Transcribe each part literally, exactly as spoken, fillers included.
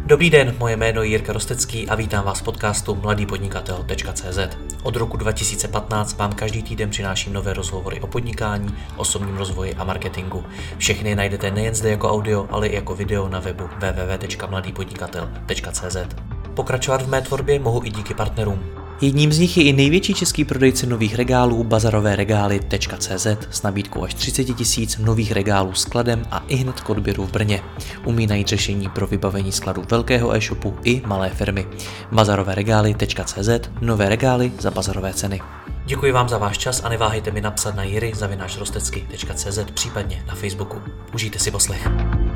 Dobrý den, moje jméno je Jirka Rostecký a vítám vás v podcastu mladý podnikatel tečka cé zet. Od roku dva tisíce patnáct vám každý týden přináším nové rozhovory o podnikání, osobním rozvoji a marketingu. Všechny najdete nejen zde jako audio, ale i jako video na webu w w w tečka mladý podnikatel tečka cé zet. Pokračovat v mé tvorbě mohu i díky partnerům. Jedním z nich je i největší český prodejce nových regálů bazarové regály tečka cé zet s nabídkou až třicet tisíc nových regálů skladem a ihned k odběru v Brně. Umí najít řešení pro vybavení skladu velkého e-shopu i malé firmy. bazarové regály tečka cé zet, nové regály za bazarové ceny. Děkuji vám za váš čas a neváhejte mi napsat na jiry zavináč rostecky tečka cé zet, případně na Facebooku. Užijte si poslech.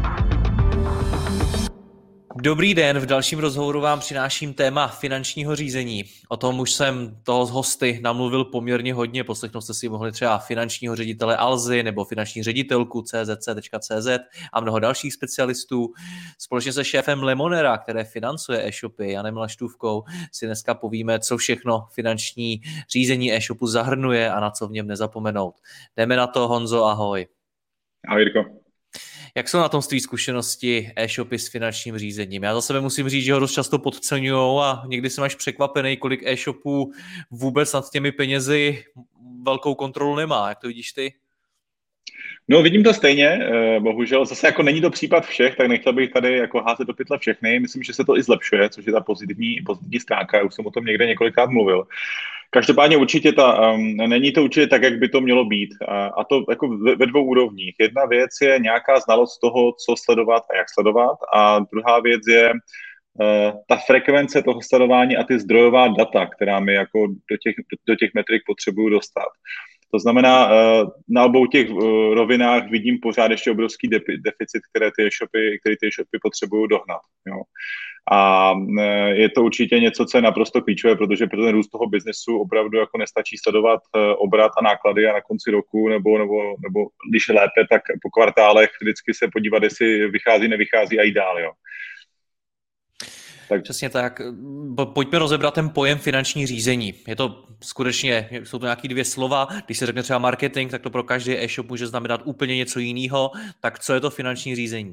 Dobrý den, v dalším rozhovoru vám přináším téma finančního řízení. O tom už jsem toho z hosty namluvil poměrně hodně, poslechnout jste si mohli třeba finančního ředitele Alzy nebo finanční ředitelku C Z C tečka cé zet a mnoho dalších specialistů. Společně se šéfem Lemonera, které financuje e-shopy, Janem Laštůvkou, si dneska povíme, co všechno finanční řízení e-shopu zahrnuje a na co v něm nezapomenout. Jdeme na to, Honzo, ahoj. Ahoj, Jirko. Jak jsou na tom z tvý zkušenosti e-shopy s finančním řízením? Já za sebe musím říct, že ho dost často podceňujou a někdy jsem až překvapený, kolik e-shopů vůbec nad těmi penězi velkou kontrolu nemá. Jak to vidíš ty? No, vidím to stejně, bohužel zase jako není to případ všech, tak nechtěl bych tady jako házet do pytle všechny. Myslím, že se to i zlepšuje, což je ta pozitivní, pozitivní stránka. Já už jsem o tom někde několikrát mluvil. Každopádně určitě ta, um, není to určitě tak, jak by to mělo být. A, a to jako ve, ve dvou úrovních. Jedna věc je nějaká znalost toho, co sledovat a jak sledovat. A druhá věc je uh, ta frekvence toho sledování a ty zdrojová data, která mi jako do těch, do těch metrik potřebuju dostat. To znamená, na obou těch rovinách vidím pořád ještě obrovský deficit, které ty e-shopy, které ty e-shopy potřebují dohnat. Jo. A je to určitě něco, co je naprosto klíčové, protože pro ten růst toho biznesu opravdu jako nestačí sledovat obrat a náklady a na konci roku, nebo, nebo, nebo když je lépe, tak po kvartálech vždycky se podívat, jestli vychází, nevychází a jít dál. Jo. Tak. Přesně tak. Pojďme rozebrat ten pojem finanční řízení. Je to skutečně, jsou to nějaké dvě slova. Když se řekne třeba marketing, tak to pro každý e-shop může znamenat úplně něco jiného. Tak co je to finanční řízení?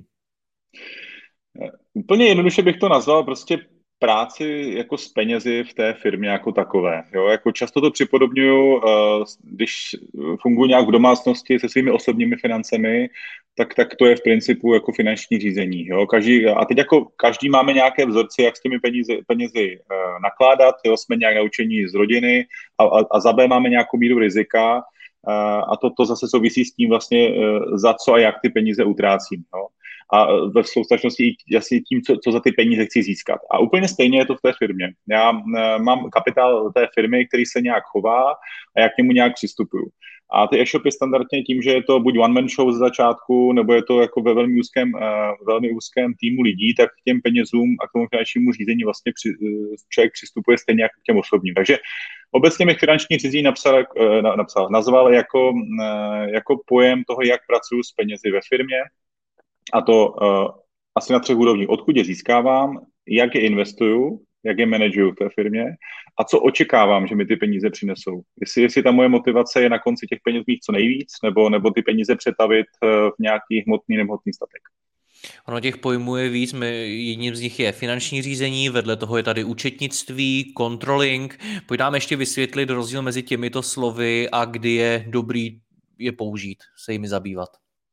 Úplně jednoduše bych to nazval prostě práci jako s penězi v té firmě jako takové. Jo? Jako často to připodobňuju, když funguji nějak v domácnosti se svými osobními financemi, tak, tak to je v principu jako finanční řízení. Jo? Každý, a teď jako každý máme nějaké vzorce, jak s těmi penízi, penězi nakládat, jo? Jsme nějak naučení z rodiny a, a, a za B máme nějakou míru rizika a to, to zase souvisí s tím vlastně, za co a jak ty peníze utrácím. Jo? A ve soustačnosti i jasně tím, co, co za ty peníze chci získat. A úplně stejně je to v té firmě. Já e, mám kapitál té firmy, který se nějak chová a já k němu nějak přistupuju. A ty e-shopy standardně tím, že je to buď one-man show ze začátku, nebo je to jako ve velmi úzkém, e, velmi úzkém týmu lidí, tak k těm penězům a k tomu finančnímu řízení vlastně při, člověk přistupuje stejně jako k těm osobním. Takže obecně bych finanční řízení napsal, e, napsal, nazval jako, e, jako pojem toho, jak pracuji s penězi ve firmě. A to uh, asi na třech úrovních. Odkud je získávám, jak je investuju, jak je manažuju v té firmě a co očekávám, že mi ty peníze přinesou. Jestli, jestli ta moje motivace je na konci těch peněz mít co nejvíc, nebo, nebo ty peníze přetavit uh, v nějaký hmotný, nehmotný statek. Ono těch pojmů je víc, jedním z nich je finanční řízení, vedle toho je tady účetnictví, controlling. Pojďme ještě vysvětlit rozdíl mezi těmito slovy a kdy je dobrý je použít, se jimi zabývat.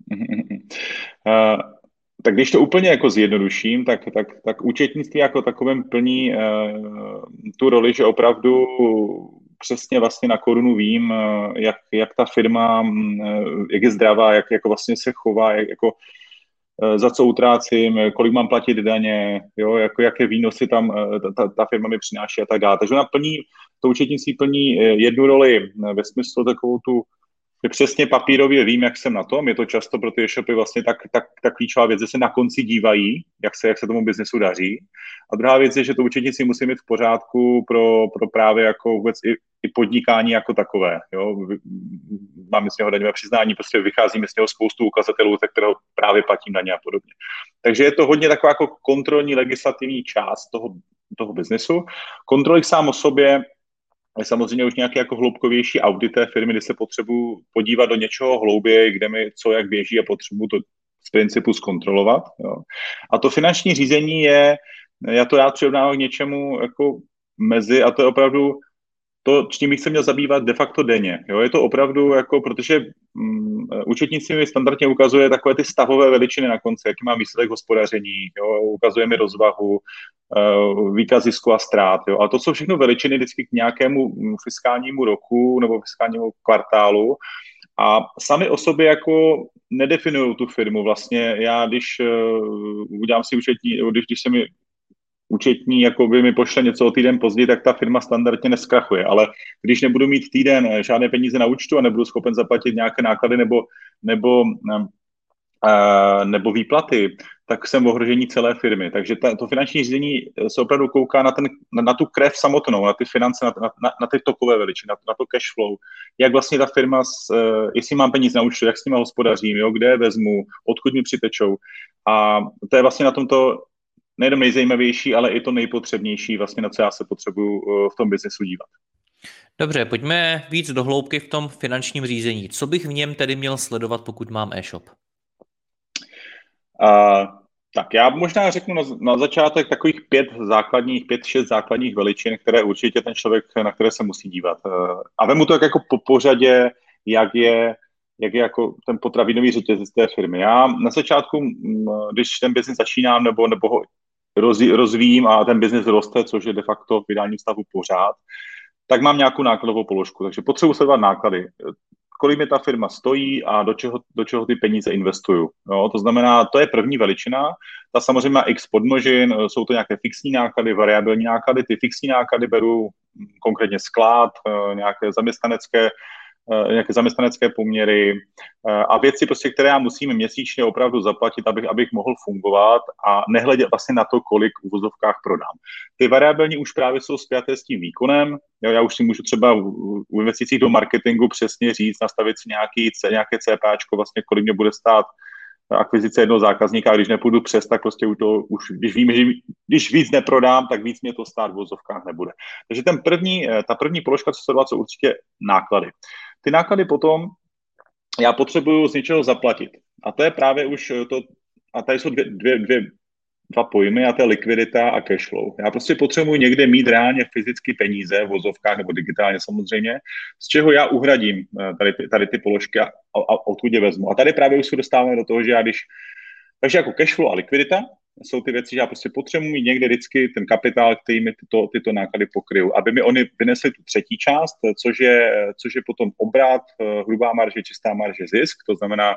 Uh, tak když to úplně jako zjednoduším, tak, tak, tak účetnictví jako takovém plní uh, tu roli, že opravdu přesně vlastně na korunu vím, uh, jak, jak ta firma, uh, jak je zdravá, jak jako vlastně se chová, jak, jako, uh, za co utrácím, kolik mám platit daně, jo, jako, jaké výnosy tam uh, ta, ta firma mi přináší a tak dále. Takže ona plní, to účetnictví plní jednu roli ve smyslu takovou tu přesně papírově vím, jak jsem na tom. Je to často pro ty e-shopy vlastně tak, tak, tak klíčová věc, že se na konci dívají, jak se, jak se tomu biznesu daří. A druhá věc je, že to účetnictví musí mít v pořádku pro, pro právě jako vůbec i, i podnikání jako takové. Jo? Máme z něho daňové přiznání, prostě vychází mi z něho spoustu ukazatelů, ze kterého právě platím daně a podobně. Takže je to hodně taková jako kontrolní legislativní část toho, toho biznesu. Kontroly sám o sobě je samozřejmě už nějaký jako hloubkovější audit té firmy, kdy se potřebuji podívat do něčeho hlouběji, kde mi co jak běží a potřebuji to principu zkontrolovat. Jo. A to finanční řízení je, já to rád přirovnávám k něčemu jako mezi, a to je opravdu to, čím bych se měl zabývat de facto denně. Jo? Je to opravdu, jako, protože um, účetnictví mi standardně ukazuje takové ty stavové veličiny na konci, jaký má výsledek hospodaření, jo? Ukazuje mi rozvahu, uh, výkaz zisku a ztrát. Jo? A to jsou všechno veličiny vždycky k nějakému fiskálnímu roku nebo fiskálnímu kvartálu. A sami o sobě jako nedefinují tu firmu. Vlastně já, když uh, udělám si účetní, když, když se mi účetní jakoby mi pošle něco o týden později, tak ta firma standardně neskrachuje. Ale když nebudu mít týden žádné peníze na účtu a nebudu schopen zaplatit nějaké náklady nebo, nebo, uh, nebo výplaty, tak jsem v ohrožení celé firmy. Takže ta, to finanční řízení se opravdu kouká na, ten, na, na tu krev samotnou, na ty finance, na, na, na ty tokové veličiny, na, na to cash flow. Jak vlastně ta firma, uh, jestli mám peníze na účtu, jak s nimi hospodařím, jo, kde je vezmu, odkud mi přitečou. A to je vlastně na tomto nejenom nejzajímavější, ale i to nejpotřebnější, vlastně na co já se potřebuju v tom biznesu dívat. Dobře, pojďme víc do hloubky v tom finančním řízení. Co bych v něm tedy měl sledovat, pokud mám e-shop? Uh, tak já možná řeknu na, na začátek takových pět základních, pět, šest základních veličin, které určitě ten člověk, na které se musí dívat. Uh, a vemu to jako po pořadě, jak je jak je jako ten potravinový řetězec té firmy. Já na začátku, když ten biznis začínám nebo, nebo ho rozvíjím a ten biznis roste, což je de facto v ideálním stavu pořád, tak mám nějakou nákladovou položku. Takže potřebuji sledovat náklady. Kolik mi ta firma stojí a do čeho, do čeho ty peníze investuju. Jo, to znamená, to je první veličina. Ta samozřejmě má x podmnožin, jsou to nějaké fixní náklady, variabilní náklady. Ty fixní náklady beru konkrétně sklad, nějaké zaměstnanecké nějaké zaměstnanecké poměry a věci, prostě, které já musím měsíčně opravdu zaplatit, abych, abych mohl fungovat a nehledět vlastně na to, kolik v uvozovkách prodám. Ty variabilní už právě jsou spjaté s tím výkonem. Jo, já už si můžu třeba u investicích do marketingu přesně říct, nastavit si nějaký, nějaké CPáčko, vlastně kolik mě bude stát akvizice jednoho zákazníka, a když nepůjdu přes, tak prostě už, to, už když vím, že když víc neprodám, tak víc mě to stát v vozovkách nebude. Takže ten první, ta první položka, co sledovat, jsou určitě náklady. Ty náklady potom já potřebuju z něčeho zaplatit. A to je právě už to, a tady jsou dvě, dvě, dvě dva pojmy, a to je likvidita a cash flow. Já prostě potřebuji někde mít reálně fyzicky peníze v vozovkách nebo digitálně samozřejmě, z čeho já uhradím tady, tady ty položky a, a odkud je vezmu. A tady právě už se dostáváme do toho, že já když, takže jako cash flow a likvidita jsou ty věci, že já prostě potřebuji mít někde vždycky ten kapitál, který mi tyto, tyto náklady pokryjou, aby mi oni vynesli tu třetí část, což je, což je potom obrat, hrubá marže, čistá marže, zisk, to znamená,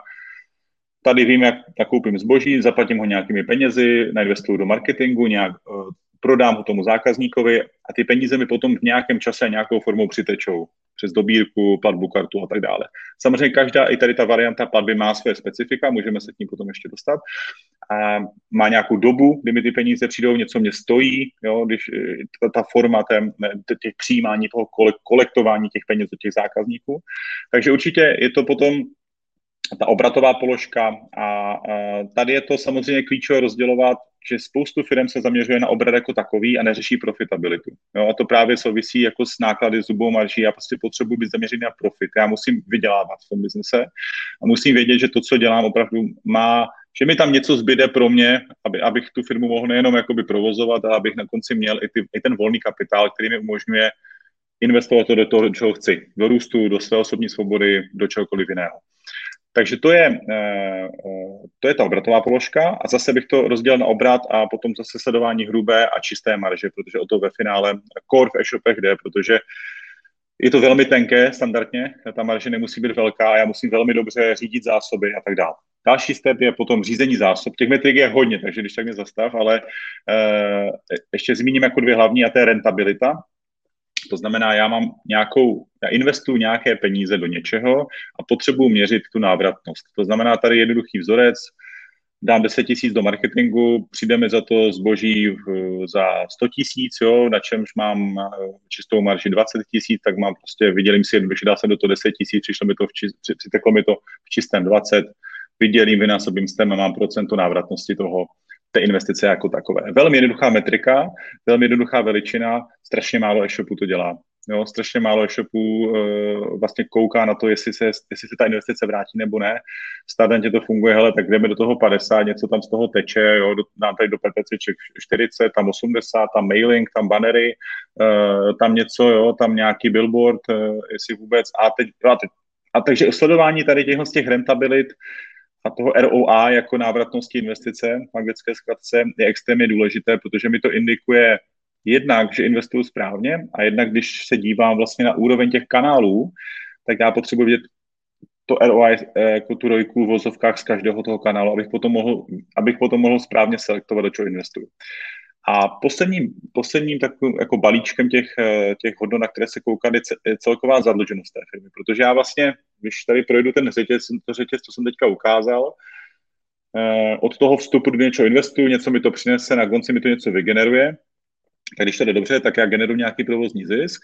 tady vím, jak nakoupím zboží, zaplatím ho nějakými penězi, nainvestuju do marketingu, nějak uh, prodám ho tomu zákazníkovi a ty peníze mi potom v nějakém čase nějakou formou přitečou přes dobírku, platbu, kartu a tak dále. Samozřejmě každá, i tady ta varianta platby má své specifika, můžeme se k ní potom ještě dostat. A má nějakou dobu, kdy mi ty peníze přijdou, něco mě stojí, jo, když ta, ta forma tém, těch přijímání, toho kolektování těch peněz od těch zákazníků. Takže určitě je to potom ta obratová položka a, a tady je to samozřejmě klíčové rozdělovat, že spoustu firm se zaměřuje na obrat jako takový a neřeší profitabilitu. Jo, a to právě souvisí jako s náklady, s zubou marží. Já prostě potřebuji být zaměřený na profit. Já musím vydělávat v tom biznise a musím vědět, že to, co dělám, opravdu má, že mi tam něco zbyde pro mě, aby, abych tu firmu mohl nejenom jakoby provozovat, ale abych na konci měl i, ty, i ten volný kapitál, který mi umožňuje investovat to do toho, čeho chci. Do růstu, do své osobní svobody, do čehokoliv jiného. Takže to je, to je ta obratová položka a zase bych to rozdělil na obrat a potom zase sledování hrubé a čisté marže, protože o to ve finále core v e-shopech jde, protože je to velmi tenké standardně, ta marže nemusí být velká a já musím velmi dobře řídit zásoby a tak dále. Další step je potom řízení zásob. Těch metrik je hodně, takže když tak mě zastav, ale eh, ještě zmíním jako dvě hlavní a to je rentabilita. To znamená, já mám nějakou, já investuju nějaké peníze do něčeho a potřebuji měřit tu návratnost. To znamená, tady jednoduchý vzorec, dám deset tisíc do marketingu, přijde mi za to zboží za sto tisíc, jo, na čemž mám čistou marži dvacet tisíc, tak mám prostě, vydělím si jednoduše, dá se do toho deset tisíc, přišlo mi to v čist, přiteklo mi to v čistém dvacet, vydělím, vynásobím s tím a mám procento návratnosti toho, té investice jako takové. Velmi jednoduchá metrika, velmi jednoduchá veličina, strašně málo e-shopu to dělá. Jo, strašně málo e-shopů uh, vlastně kouká na to, jestli se, jestli se ta investice vrátí nebo ne. V Startantě to funguje, hele, tak jdeme do toho padesát, něco tam z toho teče, jo, do, dám tady do PPCček čtyřicet, tam osmdesát, tam mailing, tam bannery, uh, tam něco, jo, tam nějaký billboard, uh, jestli vůbec, a teď, a teď a takže sledování tady těchto z těch rentabilit a toho R O I jako návratnosti investice v anglické zkratce je extrémně důležité, protože mi to indikuje jednak, že investuju správně a jednak, když se dívám vlastně na úroveň těch kanálů, tak já potřebuji vidět to R O I jako tu rojku v vozovkách z každého toho kanálu, abych potom mohl, abych potom mohl správně selektovat, do čeho investuju. A posledním, posledním takovým jako balíčkem těch, těch hodnot, na které se koukat, je celková zadluženost té firmy. Protože já vlastně, když tady projdu ten řetěz, to řetěz, co jsem teďka ukázal, od toho vstupu do něčeho investuju, něco mi to přinese, na konci mi to něco vygeneruje, tak když to jde dobře, tak já generuji nějaký provozní zisk,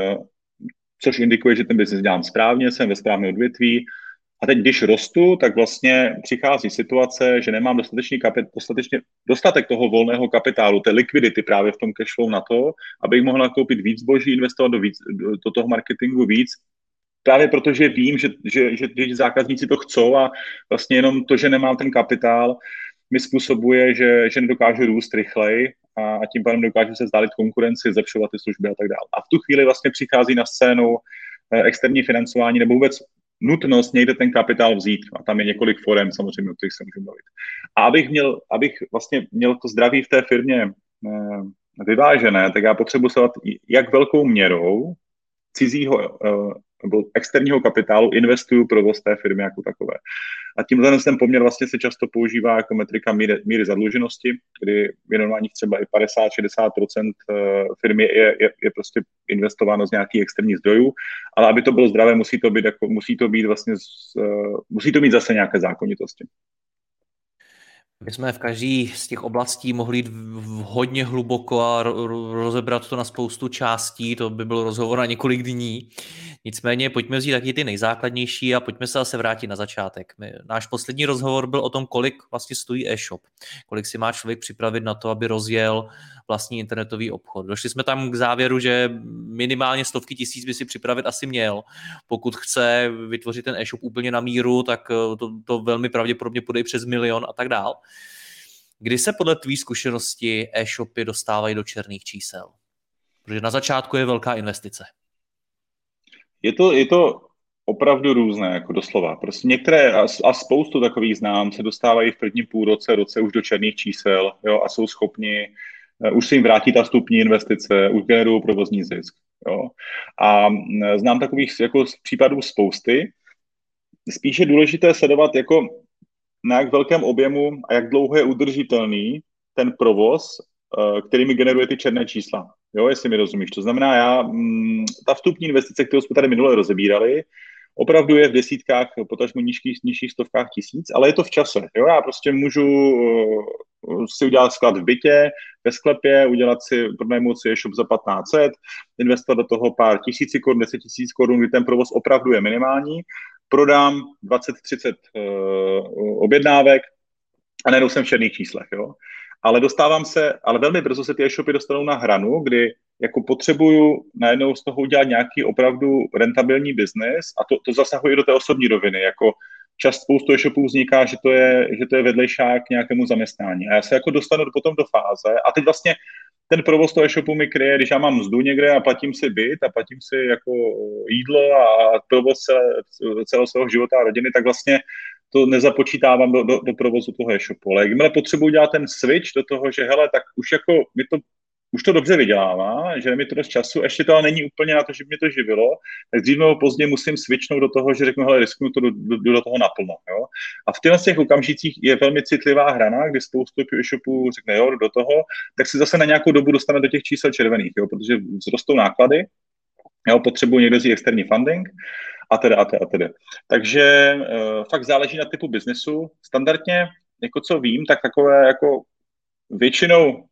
což indikuje, že ten biznis dělám správně, jsem ve správném odvětví. A teď, když rostu, tak vlastně přichází situace, že nemám dostatečný kapit, dostatečně, dostatek toho volného kapitálu, té likvidity právě v tom cashflow na to, abych mohl nakoupit víc zboží, investovat do, víc, do, do toho marketingu víc, právě protože vím, že, že, že, že zákazníci to chcou a vlastně jenom to, že nemám ten kapitál, mi způsobuje, že, že nedokážu růst rychleji a, a tím pádem dokážu se vzdálit konkurenci, zlepšovat ty služby a tak dále. A v tu chvíli vlastně přichází na scénu eh, externí financování nebo vůbec nutnost někde ten kapitál vzít. A tam je několik forem, samozřejmě, o kterých se můžu bavit. A abych, měl, abych vlastně měl to zdraví v té firmě eh, vyvážené, tak já potřebuji sledovat, jak velkou měrou cizího eh, nebo externího kapitálu investuju provoz té firmy jako takové. A tímhle ten poměr vlastně se často používá jako metrika míry, míry zadluženosti, kdy v normálních třeba i padesát až šedesát procent firmy je, je, je prostě investováno z nějakých externích zdrojů, ale aby to bylo zdravé, musí to být, jako, musí to být vlastně, z, musí to mít zase nějaké zákonitosti. My jsme v každý z těch oblastí mohli jít hodně hluboko a rozebrat to na spoustu částí, to by byl rozhovor na několik dní. Nicméně pojďme vzít taky ty nejzákladnější a pojďme se zase vrátit na začátek. My, náš poslední rozhovor byl o tom, kolik vlastně stojí e-shop, kolik si má člověk připravit na to, aby rozjel vlastní internetový obchod. Došli jsme tam k závěru, že minimálně stovky tisíc by si připravit asi měl. Pokud chce vytvořit ten e-shop úplně na míru, tak to, to velmi pravděpodobně půjde i přes milion a tak dál. Kdy se podle tvý zkušenosti e-shopy dostávají do černých čísel? Protože na začátku je velká investice. Je to, je to opravdu různé, jako doslova. Prostě některé a, a spoustu takových znám se dostávají v prvním půlroce, roce už do černých čísel, jo, a jsou schopni, uh, už se jim vrátí ta vstupní investice, už generují provozní zisk. Jo. A uh, znám takových jako případů spousty. Spíš je důležité sledovat, jako na jak velkém objemu a jak dlouho je udržitelný ten provoz, uh, který mi generuje ty černé čísla. Jo, jestli mi rozumíš. To znamená, já, m, ta vstupní investice, kterou jsme tady minule rozebírali, opravdu je v desítkách, potažmo nižších, nižších stovkách tisíc, ale je to v čase. Jo, já prostě můžu uh, si udělat sklad v bytě, ve sklepě, udělat si, pronajmout si e-shop za patnáct set, investovat do toho pár tisíci korun, deset tisíc korun, kdy ten provoz opravdu je minimální, prodám dvacet třicet uh, objednávek a najednou jsem v černých číslech, jo. Ale dostávám se, ale velmi brzo se ty e-shopy dostanou na hranu, kdy jako potřebuju najednou z toho udělat nějaký opravdu rentabilní biznes a to, to zasahuje do té osobní roviny. Jako čas spoustu e-shopů vzniká, že to je, že to je vedlejšák k nějakému zaměstnání. A já se jako dostanu potom do fáze a teď vlastně ten provoz toho e-shopu mi kryje, když já mám mzdu někde a platím si byt a platím si jako jídlo a provoz celé, celého svého života a rodiny, tak vlastně to nezapočítávám do, do, do provozu toho e-shopu. Ale jakmile potřebuji dělat ten switch do toho, že hele, tak už jako mi to, už to dobře vydělává, že mi to dost času, ještě to ale není úplně na to, že by mě to živilo, tak dřív nebo později musím switchnout do toho, že řeknu, hele, risknu to do, do, do toho naplno. Jo? A v těchto těch okamžicích je velmi citlivá hrana, kdy spoustu e-shopů řekne, jo, do toho, tak si zase na nějakou dobu dostane do těch čísel červených, jo? Protože vzrostou náklady, jo, potřebuji někdo z externí funding, a teda, a teda, a teda. Takže uh, fakt záleží na typu biznesu. Standardně, jako co vím, tak takové jako většinou,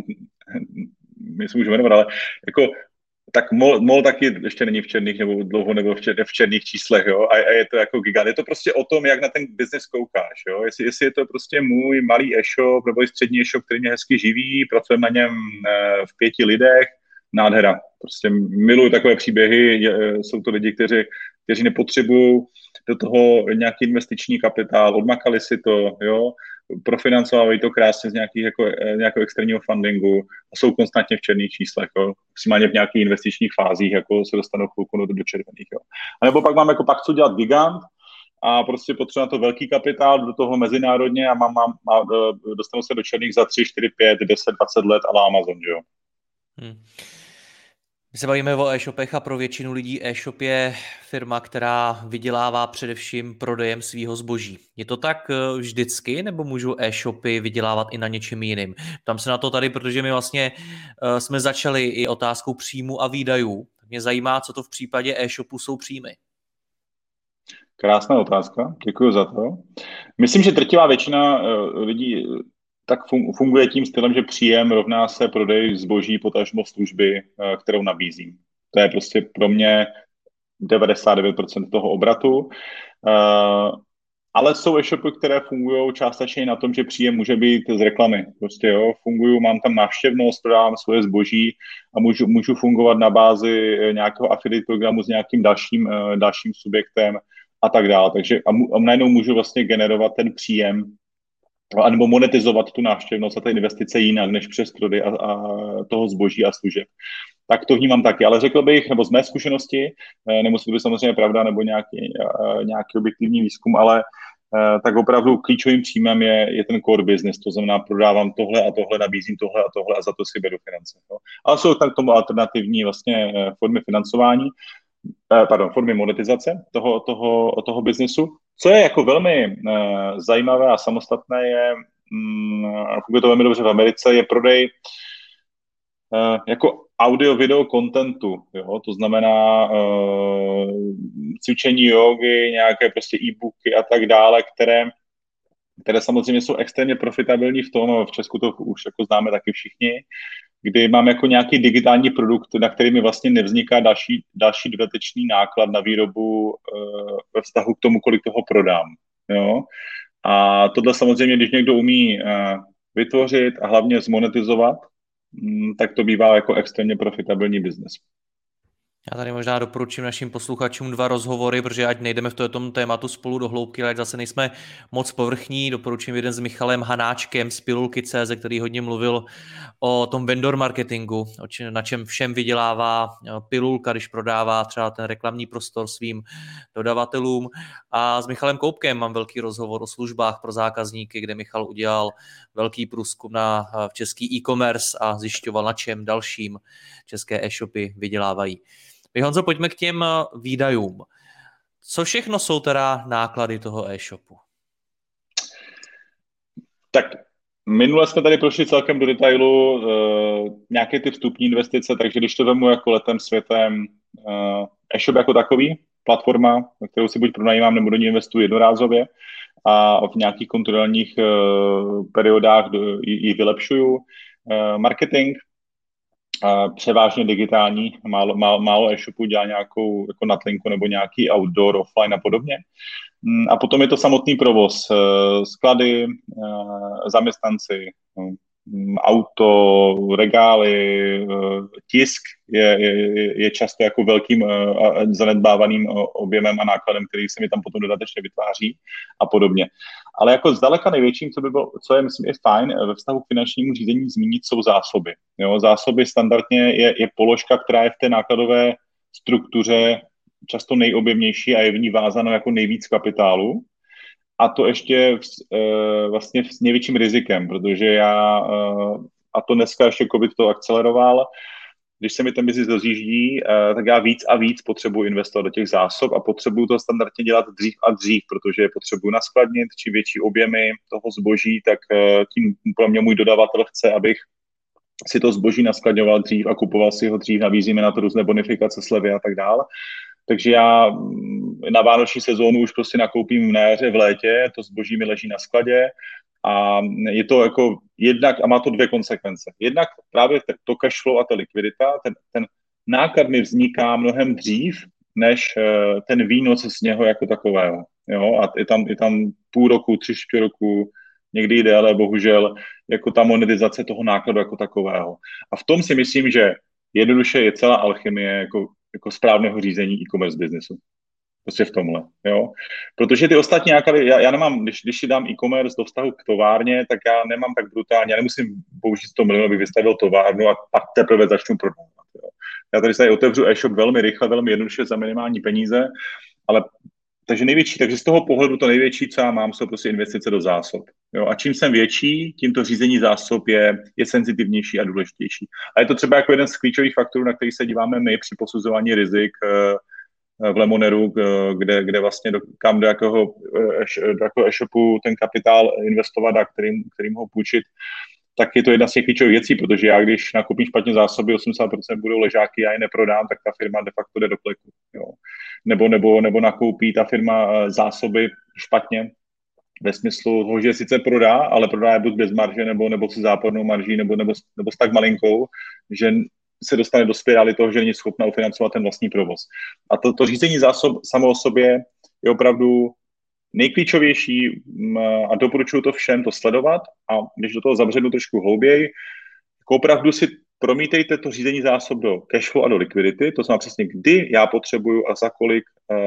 my se můžeme jmenovat, ale jako tak mol, mol taky ještě není v černých nebo dlouho nebo v, čer, v černých číslech, jo, a, a je to jako gigant. Je to prostě o tom, jak na ten biznes koukáš, jo, jestli, jestli je to prostě můj malý e-shop nebo i střední e-shop, který mě hezky živí, pracujeme na něm uh, v pěti lidech, nádhera. Prostě miluji takové příběhy, jsou to lidi, kteří, kteří nepotřebují do toho nějaký investiční kapitál, odmakali si to, jo, profinancovávají to krásně z nějakých, jako, nějakého externího fundingu a jsou konstantně v černých číslech, jo. Maximálně v nějakých investičních fázích, jako se dostanou chvilku do, do červených. Jo. A nebo pak mám jako pak co dělat gigant a prostě potřebuji na to velký kapitál, do toho mezinárodně a mám, mám, mám, dostanu se do černých za tři, čtyři, pět, deset, dvacet let a Amazon, jo. Hmm. My se bavíme o e-shopech a pro většinu lidí e-shop je firma, která vydělává především prodejem svýho zboží. Je to tak vždycky, nebo můžou e-shopy vydělávat i na něčem jiným? Tam se na to tady, protože my vlastně uh, jsme začali i otázkou příjmu a výdajů. Mě zajímá, co to v případě e-shopu jsou příjmy. Krásná otázka, děkuji za to. Myslím, že drtivá většina uh, lidí tak funguje tím stylem, že příjem rovná se prodej zboží potažmo služby, kterou nabízím. To je prostě pro mě devadesát devět procent toho obratu. Ale jsou e-shopy, které fungují částečně na tom, že příjem může být z reklamy. Prostě jo, funguju, mám tam návštěvnost, prodávám svoje zboží a můžu, můžu fungovat na bázi nějakého affiliate programu s nějakým dalším, dalším subjektem a tak dále. Takže a, a najednou můžu vlastně generovat ten příjem anebo monetizovat tu návštěvnost a ty investice jinak, než přes prodej a, a toho zboží a služeb. Tak to vnímám taky, ale řekl bych, nebo z mé zkušenosti, nemusí to být samozřejmě pravda nebo nějaký, nějaký objektivní výzkum, ale tak opravdu klíčovým příjmem je, je ten core business, to znamená prodávám tohle a tohle, nabízím tohle a tohle a za to si beru finance. No. Ale jsou tam k tomu alternativní vlastně formy financování, pardon, formy monetizace toho, toho, toho biznesu. Co je jako velmi uh, zajímavé a samostatné je, um, funguje to velmi dobře v Americe, je prodej uh, jako audio-video contentu, jo? To znamená uh, cvičení jógy, nějaké prostě e-booky a tak dále, které, které samozřejmě jsou extrémně profitabilní v tom, v Česku to už jako známe taky všichni, kdy mám jako nějaký digitální produkt, na který mi vlastně nevzniká další, další dodatečný náklad na výrobu uh, ve vztahu k tomu, kolik toho prodám. Jo? A tohle samozřejmě, když někdo umí uh, vytvořit a hlavně zmonetizovat, um, tak to bývá jako extrémně profitabilní biznes. Já tady možná doporučím našim posluchačům dva rozhovory, protože ať nejdeme v tom tématu spolu do hloubky, ale zase nejsme moc povrchní. Doporučím jeden s Michalem Hanáčkem z Pilulky tečka cé zet, který hodně mluvil o tom vendor marketingu, na čem všem vydělává Pilulka, když prodává třeba ten reklamní prostor svým dodavatelům. A s Michalem Koupkem mám velký rozhovor o službách pro zákazníky, kde Michal udělal velký průzkum na v český e-commerce a zjišťoval, na čem dalším české e-shopy vydělávají. Vy, Honzo, pojďme k těm výdajům. Co všechno jsou teda náklady toho e-shopu? Tak minule jsme tady prošli celkem do detailu uh, nějaké ty vstupní investice, takže když to vemu jako letem světem, uh, e-shop jako takový, platforma, kterou si buď pronajímám, nebo do ní investuji jednorázově a v nějakých kontrolních uh, periodách ji, ji vylepšuju. Uh, marketing, Uh, převážně digitální, málo, málo, málo e-shopů dělá nějakou jako natlinku nebo nějaký outdoor, offline a podobně. Um, a potom je to samotný provoz, uh, sklady, uh, zaměstnanci, um, auto, regály, uh, tisk je, je, je často jako velkým uh, zanedbávaným uh, objemem a nákladem, který se mi tam potom dodatečně vytváří a podobně. Ale jako zdaleka největším, co by bylo, co je, myslím, je fajn ve vztahu k finančnímu řízení zmínit, jsou zásoby. Jo, zásoby standardně je, je položka, která je v té nákladové struktuře často nejobjemnější a je v ní vázáno jako nejvíc kapitálu. A to ještě uh, vlastně s největším rizikem, protože já, uh, a to dneska ještě COVID to akceleroval, když se mi ten biznis rozjíždí, uh, tak já víc a víc potřebuji investovat do těch zásob a potřebuji to standardně dělat dřív a dřív, protože je potřebuji naskladnit, čím větší objemy toho zboží, tak uh, tím pro mě můj dodavatel chce, abych si to zboží naskladňoval dřív a kupoval si ho dřív, nabízíme na to různé bonifikace, slevy a tak dále. Takže já na vánoční sezónu už prostě nakoupím na jaře, v létě, to zboží mi leží na skladě a je to jako jednak, a má to dvě konsekvence. Jednak právě to cash flow a ta likvidita, ten, ten náklad mi vzniká mnohem dřív, než ten výnos z něho jako takového. Jo? A je tam, je tam půl roku, tři čtvrtě roku, někdy i déle, bohužel, jako ta monetizace toho nákladu jako takového. A v tom si myslím, že jednoduše je celá alchymie jako, jako správného řízení e-commerce biznesu. Prostě v tomhle, jo. Protože ty ostatní náklady, já, já nemám, když, když si dám e-commerce do vztahu k továrně, tak já nemám tak brutálně, já nemusím použít sto milionů, abych vystavil továrnu a pak teprve začnu prodávat, jo. Já tady se otevřu e-shop velmi rychle, velmi jednoduše za minimální peníze, ale takže největší, takže z toho pohledu to největší, co já mám, jsou prostě investice do zásob. Jo? A čím jsem větší, tím to řízení zásob je, je senzitivnější a důležitější. A je to třeba jako jeden z klíčových faktorů, na který se díváme my při posuzování rizik v Lemoneru, kde, kde vlastně do, kam do jakého, do jakého e-shopu ten kapitál investovat a kterým, kterým ho půjčit, tak je to jedna z těch klíčových věcí, protože já, když nakoupím špatně zásoby, osmdesát procent budou ležáky, já je neprodám, tak ta firma de facto jde do kleku. Jo. Nebo, nebo, nebo nakoupí ta firma zásoby špatně, ve smyslu toho, že sice prodá, ale prodá je buď bez marže, nebo, nebo s zápornou marží, nebo, nebo, nebo s tak malinkou, že se dostane do spirály toho, že není schopna ufinancovat ten vlastní provoz. A to, to řízení zásob samo o sobě je opravdu nejklíčovější a doporučuji to všem to sledovat a když do toho zabřednu trošku hlouběji, jako opravdu si promítejte to řízení zásob do cashflow a do likvidity, to znamená přesně, kdy já potřebuju a za kolik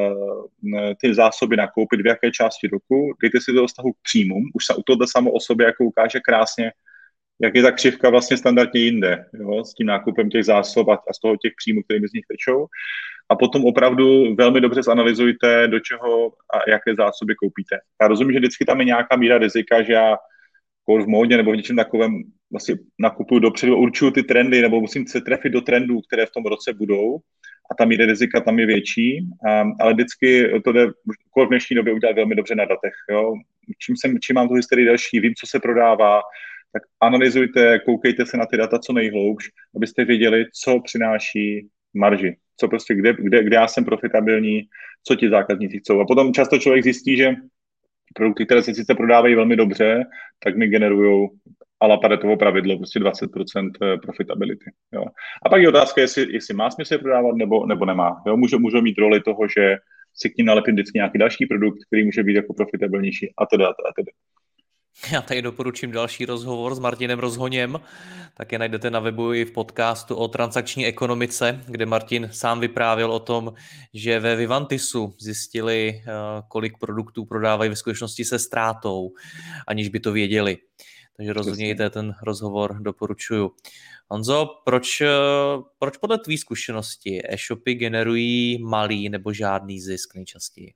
uh, ty zásoby nakoupit, v jaké části roku, dejte si to do vztahu k příjmům, už se u tohle samo o sobě jako ukáže krásně, jak je ta křivka vlastně standardně jinde, jo, s tím nákupem těch zásob a, a z toho těch příjmů, kterými z nich tečou. A potom opravdu velmi dobře zanalizujte, do čeho a jaké zásoby koupíte. Já rozumím, že vždycky tam je nějaká míra rizika, že já v módě nebo v něčem takovém vlastně nakupuju dopředu, určuju ty trendy, nebo musím se trefit do trendů, které v tom roce budou a ta míra rizika tam je větší, um, ale vždycky to jde v dnešní době udělat velmi dobře na datech. Jo. Čím, jsem, čím mám tu historii další, vím, co se prodává, tak analyzujte, koukejte se na ty data co nejhloubš, abyste věděli, co přináší marži, co prostě, kde, kde, kde já jsem profitabilní, co ti zákazníci chcou. A potom často člověk zjistí, že produkty, které se sice prodávají velmi dobře, tak mi generují a la Paretovo pravidlo, prostě dvacet procent profitability. Jo. A pak je otázka, jestli, jestli má smysl prodávat nebo, nebo nemá. Jo. Můžou, můžou mít roli toho, že si k ním nalepím vždycky nějaký další produkt, který může být jako profitabilnější a teda, a teda. Já tady doporučím další rozhovor s Martinem Rozhoněm, také najdete na webu i v podcastu o transakční ekonomice, kde Martin sám vyprávěl o tom, že ve Vivantisu zjistili, kolik produktů prodávají ve skutečnosti se ztrátou, aniž by to věděli. Takže rozhodně ten rozhovor doporučuju. Honzo, proč, proč podle tvý zkušenosti e-shopy generují malý nebo žádný zisk nejčastěji?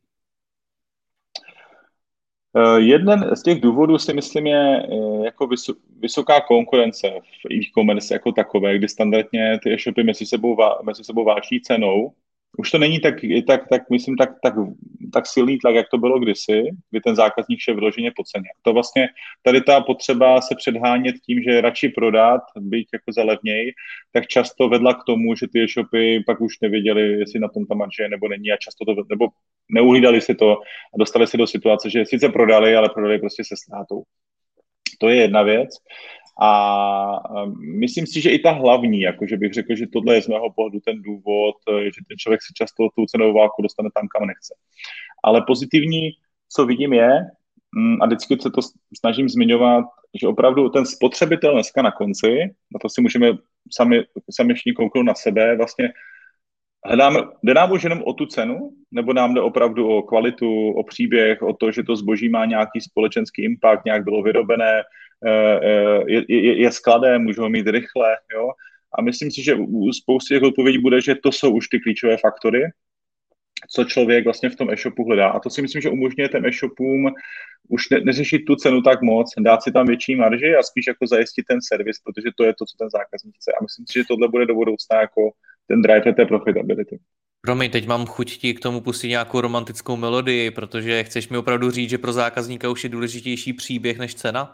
Jeden z těch důvodů si myslím je jako vysoká konkurence v e-commerce jako takové, kdy standardně ty e-shopy mezi sebou, mezi sebou váží cenou. Už to není tak, tak, tak myslím, tak, tak, tak silný tlak, jak to bylo kdysi, kdy ten zákazník šel vyloženě po ceně. To vlastně tady ta potřeba se předhánět tím, že radši prodat, byť jako za levněji, tak často vedla k tomu, že ty e-shopy pak už nevěděli, jestli na tom ta marže nebo není a často to, nebo neuhlídali si to a dostali se do situace, že sice prodali, ale prodali prostě se ztrátou. To je jedna věc. A myslím si, že i ta hlavní, jakože bych řekl, že tohle je z mého pohledu ten důvod, že ten člověk se často tu cenovou válku dostane tam, kam nechce. Ale pozitivní, co vidím je, a vždycky se to snažím zmiňovat, že opravdu ten spotřebitel dneska na konci, na to si můžeme sami, sami všichni kouknout na sebe, vlastně hledáme, jde nám už jenom o tu cenu, nebo nám jde opravdu o kvalitu, o příběh, o to, že to zboží má nějaký společenský impact, nějak bylo vyrobené, je, je, je skladem, můžou ho mít rychle, jo. A myslím si, že u spousty těch odpovědí bude, že to jsou už ty klíčové faktory, co člověk vlastně v tom e-shopu hledá. A to si myslím, že umožňuje těm e-shopům už ne, neřešit tu cenu tak moc, dát si tam větší marži a spíš jako zajistit ten servis, protože to je to, co ten zákazník chce. A myslím si, že tohle bude do budoucna jako ten drive té profitability. Promiň, teď mám chuť ti k tomu pustit nějakou romantickou melodii, protože chceš mi opravdu říct, že pro zákazníka už je důležitější příběh než cena?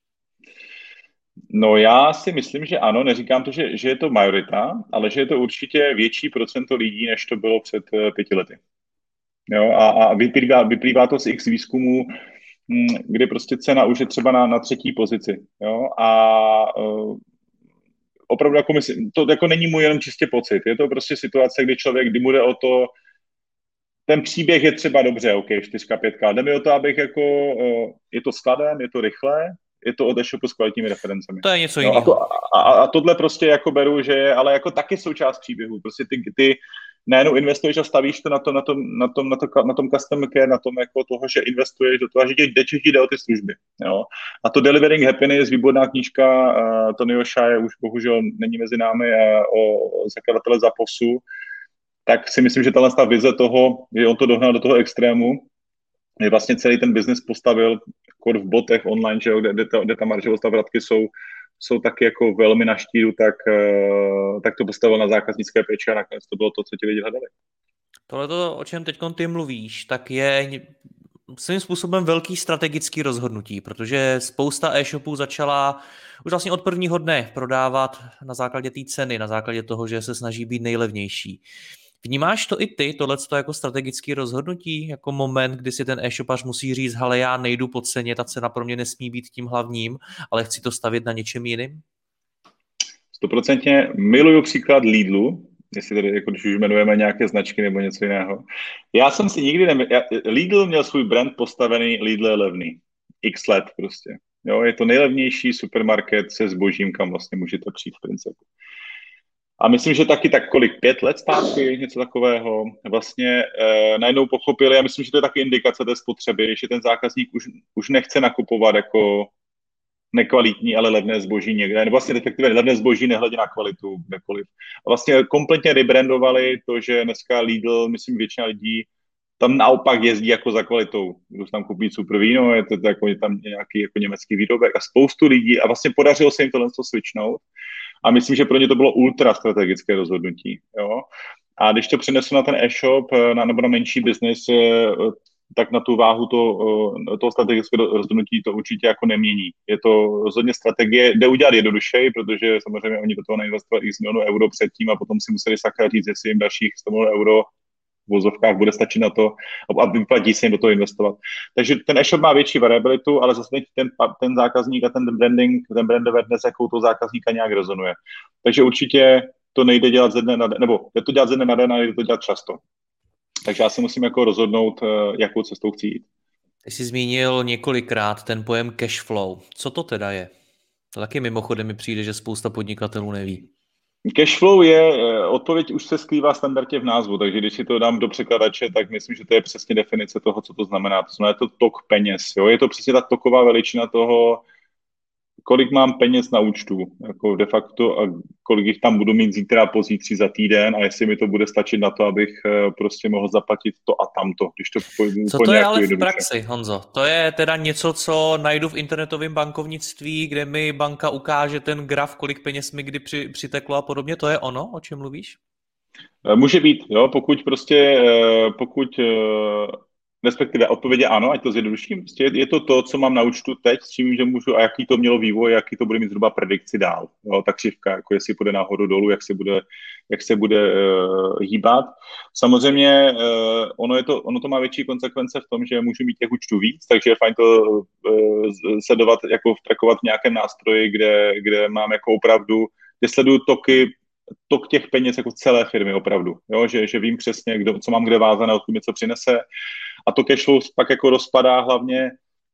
No já si myslím, že ano, neříkám to, že, že je to majorita, ale že je to určitě větší procento lidí, než to bylo před pěti lety. Jo, a, a vyplývá, vyplývá to z x výzkumů, kde prostě cena už je třeba na, na třetí pozici. Jo, a uh, opravdu jako myslím, to jako není můj jenom čistě pocit, je to prostě situace, kdy člověk, kdy mu jde o to, ten příběh je třeba dobře, ok, čtyřka, pětka, jde mi o to, abych jako, uh, je to skladem, je to rychle, je to od e-shopu s kvalitními referencemi. To je něco No, a, jiného. to, a, a tohle prostě jako beru, že je ale jako taky součást příběhu. Prostě ty, ty najednou investuješ a stavíš to na, to, na, tom, na, tom, na, to, na tom customer care, na tom jako toho, že investuješ do toho, že ti jde o ty služby. Jo? A to Delivering Happiness, výborná knížka uh, Tonyho Shaye, už bohužel není mezi námi, uh, o zakladatele Zaposu, tak si myslím, že tahle ta vize toho, že on to dohnal do toho extrému, je vlastně celý ten biznis postavil kor v botech online, že jo, kde, kde, ta, kde ta marživost a vratky jsou, jsou taky jako velmi na štíru, tak, uh, tak to postavil na zákaznické péči a nakonec to bylo to, co ti lidi hledali. Tohle, o čem teď ty mluvíš, tak je svým způsobem velký strategický rozhodnutí, protože spousta e-shopů začala už vlastně od prvního dne prodávat na základě té ceny, na základě toho, že se snaží být nejlevnější. Vnímáš to i ty, tohleto jako strategický rozhodnutí, jako moment, kdy si ten e-shopař musí říct, hele, já nejdu po ceně, ta cena pro mě nesmí být tím hlavním, ale chci to stavět na něčem jiným? Stoprocentně miluju příklad Lidlu, jestli tady, jako když už jmenujeme nějaké značky nebo něco jiného. Já jsem si nikdy ne... Lidl měl svůj brand postavený, Lidl je levný. X let prostě. Jo, je to nejlevnější supermarket se zbožím, kam vlastně můžete přijít v principu. A myslím, že taky tak kolik, pět let zpátky, něco takového, vlastně eh, najednou pochopili, já myslím, že to je taky indikace té spotřeby, že ten zákazník už, už nechce nakupovat jako nekvalitní, ale levné zboží někde, nebo vlastně respektive levné zboží nehledě na kvalitu kdekoliv. A vlastně kompletně rebrandovali to, že dneska Lidl, myslím, většina lidí tam naopak jezdí jako za kvalitou. Když tam koupí super víno, je to jako, je tam nějaký jako německý výrobek a spoustu lidí a vlastně podařilo se jim tohle switchnout. A myslím, že pro ně to bylo ultra strategické rozhodnutí. Jo? A když to přenesu na ten e-shop na, nebo na menší biznis, tak na tu váhu to, toho strategického rozhodnutí to určitě jako nemění. Je to rozhodně strategie, jde udělat jednodušeji, protože samozřejmě oni do toho nainvestovali x milionů euro předtím a potom si museli sakra říct, jestli jim dalších sto milionů euro v vozovkách bude stačit na to a vyplatí se jim do toho investovat. Takže ten e-shop má větší variabilitu, ale zase ten, ten zákazník a ten branding, ten brand awareness, jakou to zákazníka nějak rezonuje. Takže určitě to nejde dělat ze dne na den, nebo je to dělat ze dne na den, ale jde to dělat často. Takže já si musím jako rozhodnout, jakou cestou chci jít. Ty jsi zmínil několikrát ten pojem cash flow. Co to teda je? To taky mimochodem mi přijde, že spousta podnikatelů neví. Cashflow je, odpověď už se skrývá standardně v názvu, takže když si to dám do překladače, tak myslím, že to je přesně definice toho, co to znamená. To znamená, je to tok peněz. Jo? Je to přesně ta toková veličina toho, kolik mám peněz na účtu, jako de facto, a kolik jich tam budu mít zítra, pozítří, za týden a jestli mi to bude stačit na to, abych prostě mohl zaplatit to a tamto, když to pojdu. Co to je ale v praxi, Honzo? To je teda něco, co najdu v internetovém bankovnictví, kde mi banka ukáže ten graf, kolik peněz mi kdy při, přiteklo a podobně. To je ono, o čem mluvíš? Může být, jo, pokud prostě, pokud respektive odpověď je ano, ať to zjednoduším. Prostě je to to, co mám na účtu teď, s čím že můžu a jaký to mělo vývoj, jaký to bude mít zhruba predikci dál. Jo, ta křivka, jako jestli půjde nahoru dolů, jak se bude, jak se bude uh, hýbat. Samozřejmě uh, ono, je to, ono to má větší konsekvence v tom, že můžu mít těch účtů víc, takže je fajn to uh, sledovat, jako trackovat v nějakém nástroji, kde, kde mám jako opravdu, kde sleduju toky, tok těch peněz jako celé firmy opravdu, jo? Že, že vím přesně, kdo, co mám kde vázané, odkud mi co přinese. A to cashflow pak jako rozpadá hlavně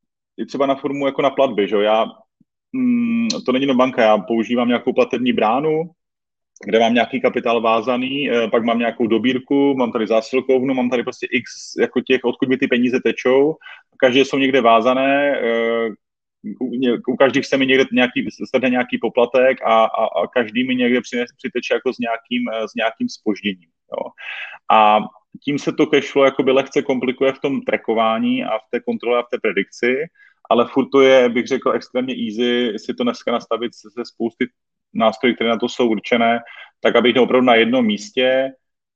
i třeba na formu jako na platby, že já, mm, to není jenom banka, já používám nějakou platební bránu, kde mám nějaký kapitál vázaný, pak mám nějakou dobírku, mám tady zásilkovnu, mám tady prostě x jako těch, odkud mi ty peníze tečou, každé jsou někde vázané, u, u každý chce mi někde nějaký, nějaký poplatek a, a, a každý mi někde přiteče jako s nějakým, s nějakým zpožděním. Jo. A tím se to cashflow jakoby lehce komplikuje v tom trackování a v té kontrole a v té predikci, ale furt to je, bych řekl, extrémně easy si to dneska nastavit ze spousty nástrojů, které na to jsou určené, tak abych opravdu na jednom místě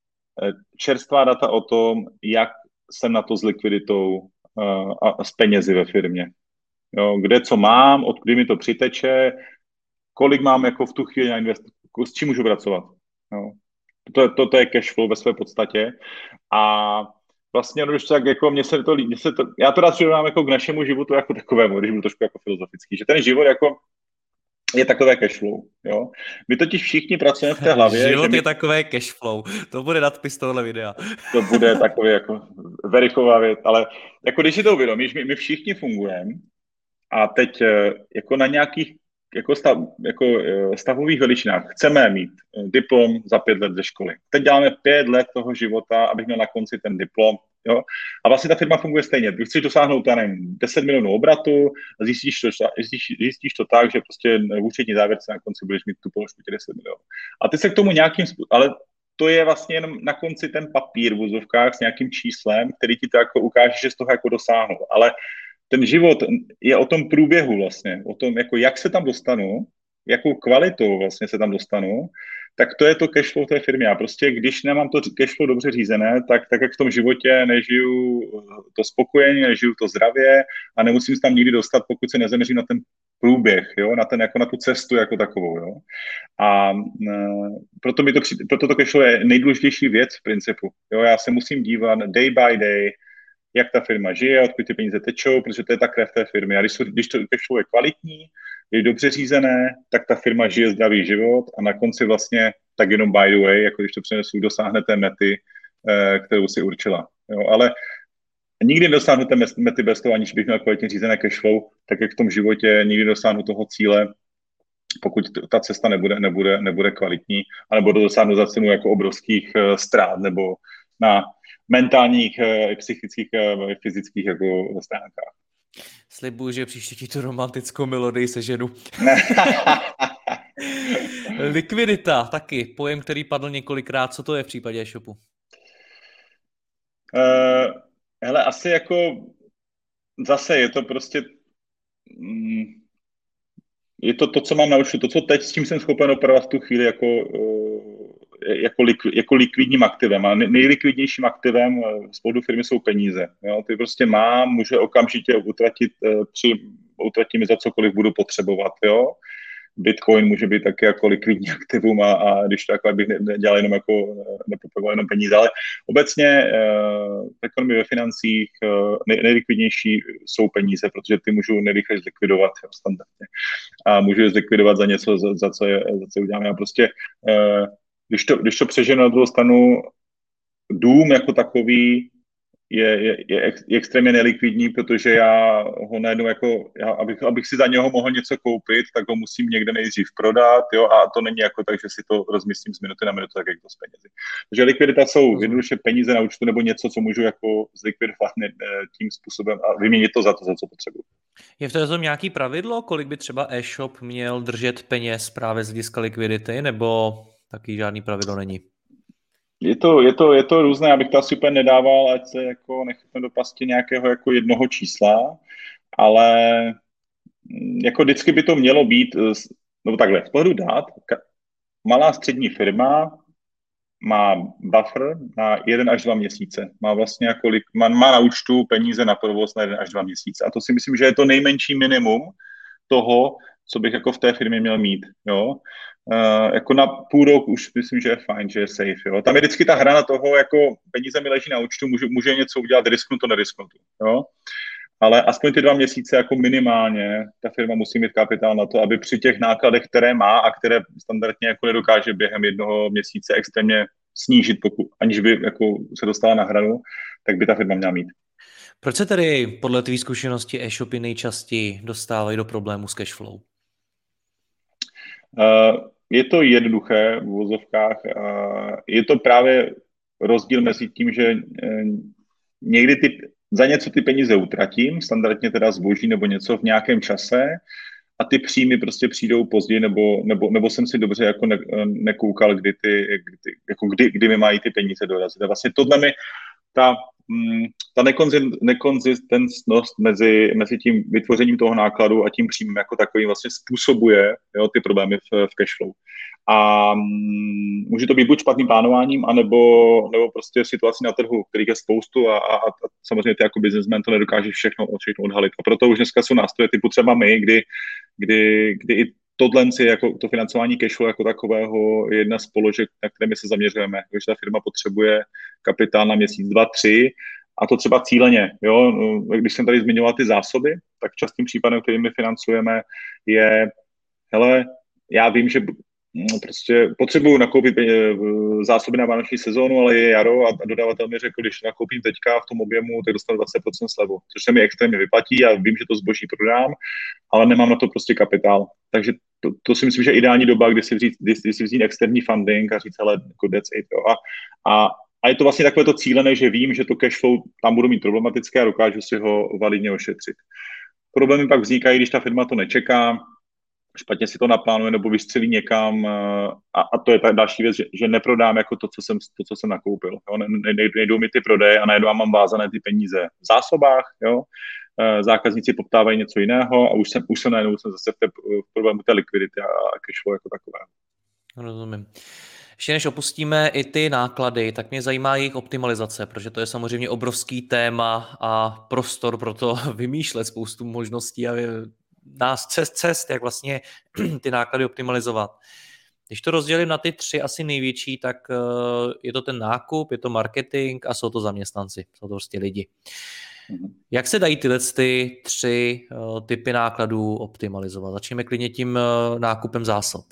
čerstvá data o tom, jak jsem na to s likviditou a s penězi ve firmě. Jo, kde co mám, od kdy mi to přiteče, kolik mám jako v tu chvíli na invest, s čím můžu pracovat. Jo. To, to, to je cash flow ve své podstatě. A vlastně, když tak jako mně se to líbí, se to, já to rád přirovnám jako k našemu životu jako takovému, když budu trošku jako filozofický, že ten život jako je takové cashflow, jo. My totiž všichni pracujeme v té hlavě. Život my... je takové cashflow. To bude nadpis tohle videa. To bude takový jako verichová věc, ale jako když si to uvědomíš, my, my všichni fungujeme A teď eh, jako na nějakých jako, stav, jako eh, stavových veličinách chceme mít eh, diplom za pět let ze školy. Teď děláme pět let toho života, abych měl na konci ten diplom. Jo? A vlastně ta firma funguje stejně. Ty chceš dosáhnout, já nevím, deset milionů obratu, zjistíš to, zjistíš, zjistíš to tak, že prostě v účetní závěrce na konci budeš mít tu položku těch deset milionů. A ty se k tomu nějakým způsobem, ale to je vlastně jenom na konci ten papír v úzovkách s nějakým číslem, který ti to jako ukáže, že z toho jako dosáhnu. Ale ten život je o tom průběhu vlastně, o tom, jako jak se tam dostanu, jakou kvalitou vlastně se tam dostanu, tak to je to cashflow té firmy. A prostě, když nemám to cashflow dobře řízené, tak, tak jak v tom životě nežiju to spokojeně, nežiju to zdravě a nemusím se tam nikdy dostat, pokud se nezaměřím na ten průběh, jo? Na, ten, jako na tu cestu jako takovou. Jo? A uh, proto, mi to, proto to cashflow je nejdůležitější věc v principu. Jo? Já se musím dívat day by day, jak ta firma žije, odkud ty peníze tečou, protože to je ta krev té firmy. A když, když to cashflow je kvalitní, je dobře řízené, tak ta firma žije zdravý život a na konci vlastně, tak jenom by the way, jako když to přenesu, dosáhne té mety, eh, kterou si určila. Jo, ale nikdy nedosáhnu té mety bez toho, aniž bych měl kvalitně řízené cashflow, tak jak v tom životě nikdy dosáhnu toho cíle, pokud ta cesta nebude, nebude, nebude kvalitní, anebo dosáhnu za cenu jako obrovských uh, ztrát, nebo na mentálních, uh, psychických, uh, fyzických jako stránkách. Slibuju, že příště ti tu romantickou melodii seženu. Likvidita, taky pojem, který padl několikrát. Co to je v případě e-shopu? Uh, hele, asi jako zase je to prostě mm, je to to, co mám naučit, to, co teď s tím jsem schopen operovat v tu chvíli jako, jako, likvi, jako likvidním aktivem. A nejlikvidnějším aktivem z pohledu firmy jsou peníze. Jo? Ty prostě mám, může okamžitě utratit, při, utratím za cokoliv budu potřebovat. Jo? Bitcoin může být taky jako likvidní aktivum a, a když to jako bych nedělal jenom jako, nepotřeboval jenom peníze, ale obecně v ekonomii ve financích nej, nejlikvidnější jsou peníze, protože ty můžu nejrychleji zlikvidovat jo, standardně a můžu je zlikvidovat za něco, za, za co je, za co uděláme. A prostě když to, když to přeženu na druhou stranu, dům jako takový je, je, je, ex, je extrémně nelikvidní, protože já ho najednou jako, já, abych, abych si za něho mohl něco koupit, tak ho musím někde nejdřív prodat, jo, a to není jako tak, že si to rozmyslím z minuty na minutu, tak jak to s penězi. Takže likvidita jsou jednoduše peníze na účtu nebo něco, co můžu jako zlikvidovat tím způsobem a vyměnit to za to, za co potřebuji. Je v tom nějaký pravidlo, kolik by třeba e-shop měl držet peněz právě z hlediska likvidity, nebo taky žádný pravidlo není? Je to, je, to, je to různé, abych to asi úplně nedával, ať se jako nechytne do pasti nějakého jako jednoho čísla, ale jako vždycky by to mělo být, no takhle, z pohledu dát, malá střední firma má buffer na jeden až dva měsíce. Má vlastně jako, má, má na účtu peníze na provoz na jeden až dva měsíce. A to si myslím, že je to nejmenší minimum toho, co bych jako v té firmě měl mít, jo. Uh, jako na půl rok už myslím, že je fajn, že je safe, jo. Tam je vždycky ta hra na toho, jako peníze mi leží na účtu, můžu, může něco udělat, risknu to, nerisknu to, jo. Ale aspoň ty dva měsíce jako minimálně ta firma musí mít kapitál na to, aby při těch nákladech, které má a které standardně jako nedokáže během jednoho měsíce extrémně snížit, pokud, aniž by jako se dostala na hranu, tak by ta firma měla mít. Proč se tedy podle tvý zkušenosti e-shopy nejčastěji dostávají do problému s cashflow? Uh, je to jednoduché v uvozovkách. Uh, je to právě rozdíl mezi tím, že uh, někdy ty, za něco ty peníze utratím, standardně teda zboží nebo něco v nějakém čase a ty příjmy prostě přijdou později nebo, nebo, nebo jsem si dobře jako ne, nekoukal, kdy, ty, kdy, jako kdy, kdy mi mají ty peníze dorazit. A vlastně tohle mi ta ta nekonzistentnost mezi, mezi tím vytvořením toho nákladu a tím příjmem jako takovým vlastně způsobuje jo, ty problémy v, v cashflow. A um, může to být buď špatným plánováním, anebo, nebo prostě situací na trhu, kterých je spoustu a, a, a samozřejmě ty jako businessman to nedokáže všechno, všechno odhalit. A proto už dneska jsou nástroje typu třeba my, kdy, kdy, kdy i tohle je jako to financování cashflow jako takového je jedna z položek, na které my se zaměřujeme. Když ta firma potřebuje kapitál na měsíc, dva, tři, a to třeba cíleně. Jo? Když jsem tady zmiňoval ty zásoby, tak častým případem, který my financujeme, je, hele, já vím, že no, prostě potřebuju nakoupit eh, zásoby na vánoční sezónu, ale je jaro a dodavatel mi řekl, když nakoupím teďka v tom objemu, tak dostanu dvacet procent slevu, což se mi extrémně vyplatí a vím, že to zboží prodám, ale nemám na to prostě kapitál. Takže to, to si myslím, že je ideální doba, kdy si vzít, kdy, kdy si vzít externí funding a říct, hele, jako that's it, jo. A, a, a je to vlastně takové to cílené, že vím, že to cash flow tam budu mít problematické a dokážu si ho validně ošetřit. Problémy pak vznikají, když ta firma to nečeká, špatně si to naplánuje nebo vystřelí někam a, a to je ta další věc, že, že neprodám jako to, co jsem, to, co jsem nakoupil. Jo? Ne, ne, nejdou mi ty prodeje a najednou mám vázané ty peníze v zásobách, jo? Zákazníci poptávají něco jiného a už jsem, už jsem najednou jsem zase v, té, v problému té likvidity a cashflow jako takové. Rozumím. Ještě než opustíme i ty náklady, tak mě zajímá jejich optimalizace, protože to je samozřejmě obrovský téma a prostor pro to vymýšlet spoustu možností a nás cest, cest, jak vlastně ty náklady optimalizovat. Když to rozdělím na ty tři asi největší, tak je to ten nákup, je to marketing a jsou to zaměstnanci, jsou to prostě lidi. Jak se dají tyhle ty tři typy nákladů optimalizovat? Začneme klidně tím nákupem zásob.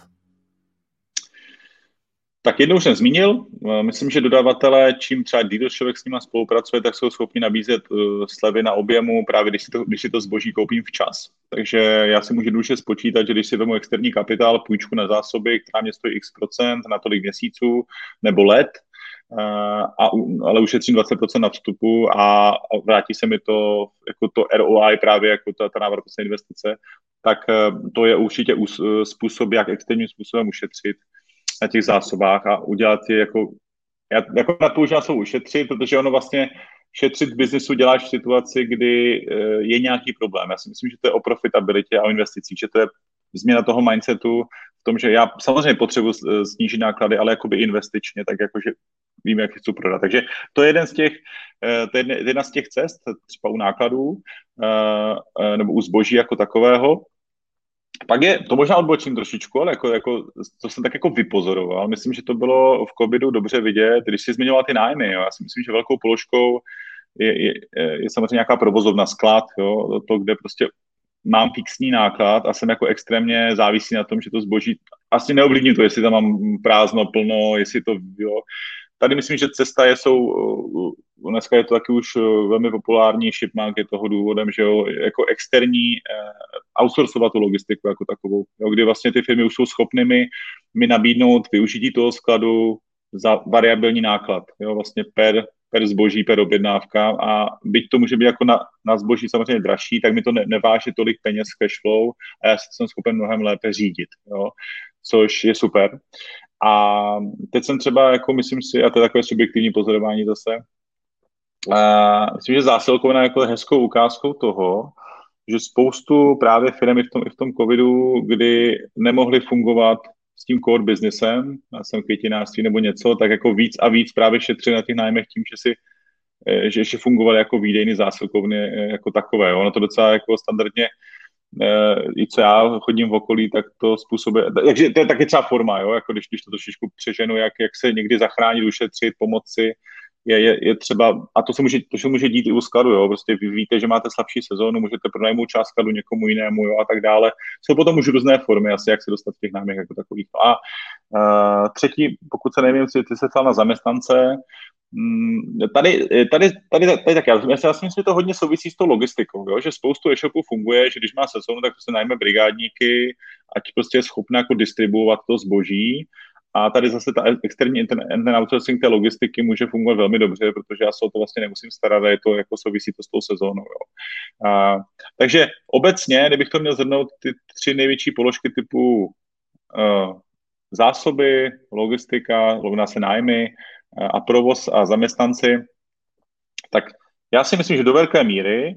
Tak jednou jsem zmínil, myslím, že dodavatelé, čím třeba dealer člověk s nima spolupracuje, tak jsou schopni nabízet slevy na objemu, právě když si to, když si to zboží koupím včas. Takže já si můžu důležitě spočítat, že když si vezmu externí kapitál, půjčku na zásoby, která mě stojí x procent na tolik měsíců nebo let, a, ale ušetřím dvacet procent na vstupu a, a vrátí se mi to jako to R O I právě jako ta, ta návratnost investice, tak to je určitě způsob, jak externím způsobem ušetřit na těch zásobách a udělat je jako, já jako napoužívám slovo ušetřit, protože ono vlastně šetřit v biznesu děláš v situaci, kdy je nějaký problém. Já si myslím, že to je o profitabilitě a o investicích, že to je změna toho mindsetu v tom, že já samozřejmě potřebuji snížit náklady, ale jakoby investičně, tak jakože vím, jak chci prodat. Takže to je jeden z těch, to je jedna z těch cest, třeba u nákladů nebo u zboží jako takového. Pak je, to možná odbočím trošičku, ale jako, jako, to jsem tak jako vypozoroval. Myslím, že to bylo v covidu dobře vidět, když si zmiňoval ty nájmy. Jo. Já si myslím, že velkou položkou je, je, je samozřejmě nějaká provozovna, sklad, jo, to, kde prostě mám fixní náklad a jsem jako extrémně závisí na tom, že to zboží, asi neovlivní to, jestli tam mám prázdno, plno, jestli to, jo. Tady myslím, že cesta je, jsou, dneska je to taky už velmi populární, Shipmark je toho důvodem, že jo, jako externí eh, outsourcovat tu logistiku jako takovou, jo, kdy vlastně ty firmy už jsou schopny mi, mi nabídnout využití toho skladu za variabilní náklad, jo, vlastně per, per zboží, per objednávka a byť to může být jako na, na zboží samozřejmě dražší, tak mi to ne, neváží tolik peněz cash flow a já jsem schopen mnohem lépe řídit, jo, což je super. A teď jsem třeba, jako myslím si, a to je takové subjektivní pozorování zase, a myslím, že zásilkovna jako hezkou ukázkou toho, že spoustu právě firm i v tom, i v tom covidu, kdy nemohli fungovat s tím core businessem, já jsem květinářství nebo něco, tak jako víc a víc právě šetřili na těch nájmech tím, že si že ještě fungovaly jako výdejny zásilkovny jako takové. Ono to docela jako standardně i co já chodím v okolí, tak to způsobuje, takže to je taky třeba forma, jo, jako když, když to trošičku přeženu, jak, jak se někdy zachránit, ušetřit, pomoci, je, je, je třeba, a to se může, to se může dít i u skladu, jo, prostě vy víte, že máte slabší sezónu, můžete pronajmout část skladu někomu jinému, jo, a tak dále. Jsou potom už různé formy, asi jak se dostat v těch nájmech jako takových. A uh, třetí, pokud se nevím, ty se ptal na zaměstnance, Tady, tady, tady, tady tak já, já si myslím, že to hodně souvisí s tou logistikou, jo? Že spoustu e-shopů funguje, že když má sezónu, tak se najme brigádníky, ať prostě je schopná jako distribuovat to zboží. A tady zase ta externí ten outsourcing té logistiky může fungovat velmi dobře, protože já se o to vlastně nemusím starat, a je to jako souvisí to s tou sezónou. Jo? A, takže obecně, kdybych to měl zhrnout, ty tři největší položky typu uh, zásoby, logistika, rovná se nájmy, a provoz a zaměstnanci, tak já si myslím, že do velké míry,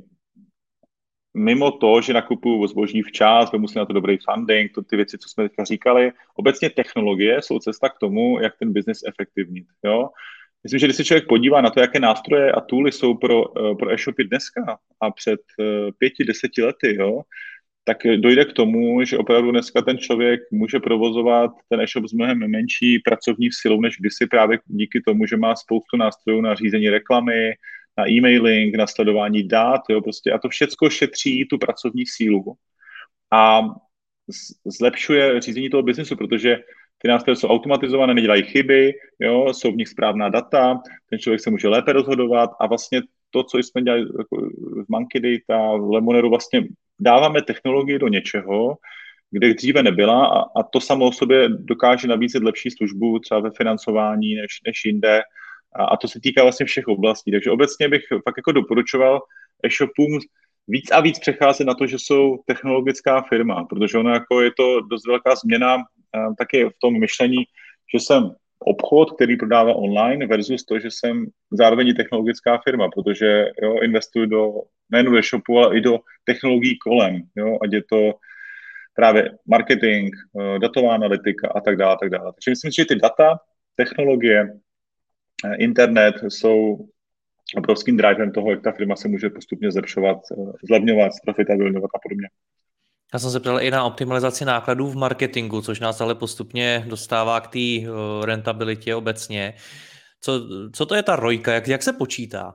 mimo to, že nakupuju zboží včas, vemu si na to dobrý funding, to ty věci, co jsme teďka říkali, obecně technologie jsou cesta k tomu, jak ten biznis efektivnit. Jo? Myslím, že když se člověk podívá na to, jaké nástroje a tooly jsou pro, pro e-shopy dneska a před pěti, deseti lety, jo, tak dojde k tomu, že opravdu dneska ten člověk může provozovat ten e-shop s mnohem menší pracovní silou, než kdysi právě díky tomu, že má spoustu nástrojů na řízení reklamy, na e-mailing, na sledování dat, jo, prostě a to všecko šetří tu pracovní sílu a zlepšuje řízení toho biznesu, protože ty nástroje jsou automatizované, nedělají chyby, jo, jsou v nich správná data, ten člověk se může lépe rozhodovat a vlastně to, co jsme dělali v Monkey Data, v Lemoneru, vlastně dáváme technologii do něčeho, kde dříve nebyla a, a to samo o sobě dokáže nabízet lepší službu třeba ve financování než, než jinde a, a to se týká vlastně všech oblastí. Takže obecně bych fakt jako doporučoval e-shopům víc a víc přecházet na to, že jsou technologická firma, protože ono jako je to dost velká změna taky v tom myšlení, že jsem obchod, který prodává online versus to, že jsem zároveň i technologická firma, protože jo, investuju do nejen do e-shopu, ale i do technologií kolem, jo, ať je to právě marketing, datová analytika a tak dále, tak dále. Takže myslím, že ty data, technologie, internet jsou obrovským drivem toho, jak ta firma se může postupně zlepšovat, zlevňovat, profitabilňovat a podobně. Já jsem se ptal i na optimalizaci nákladů v marketingu, což nás ale postupně dostává k té rentabilitě obecně. Co, co to je ta rojka? Jak, jak se počítá?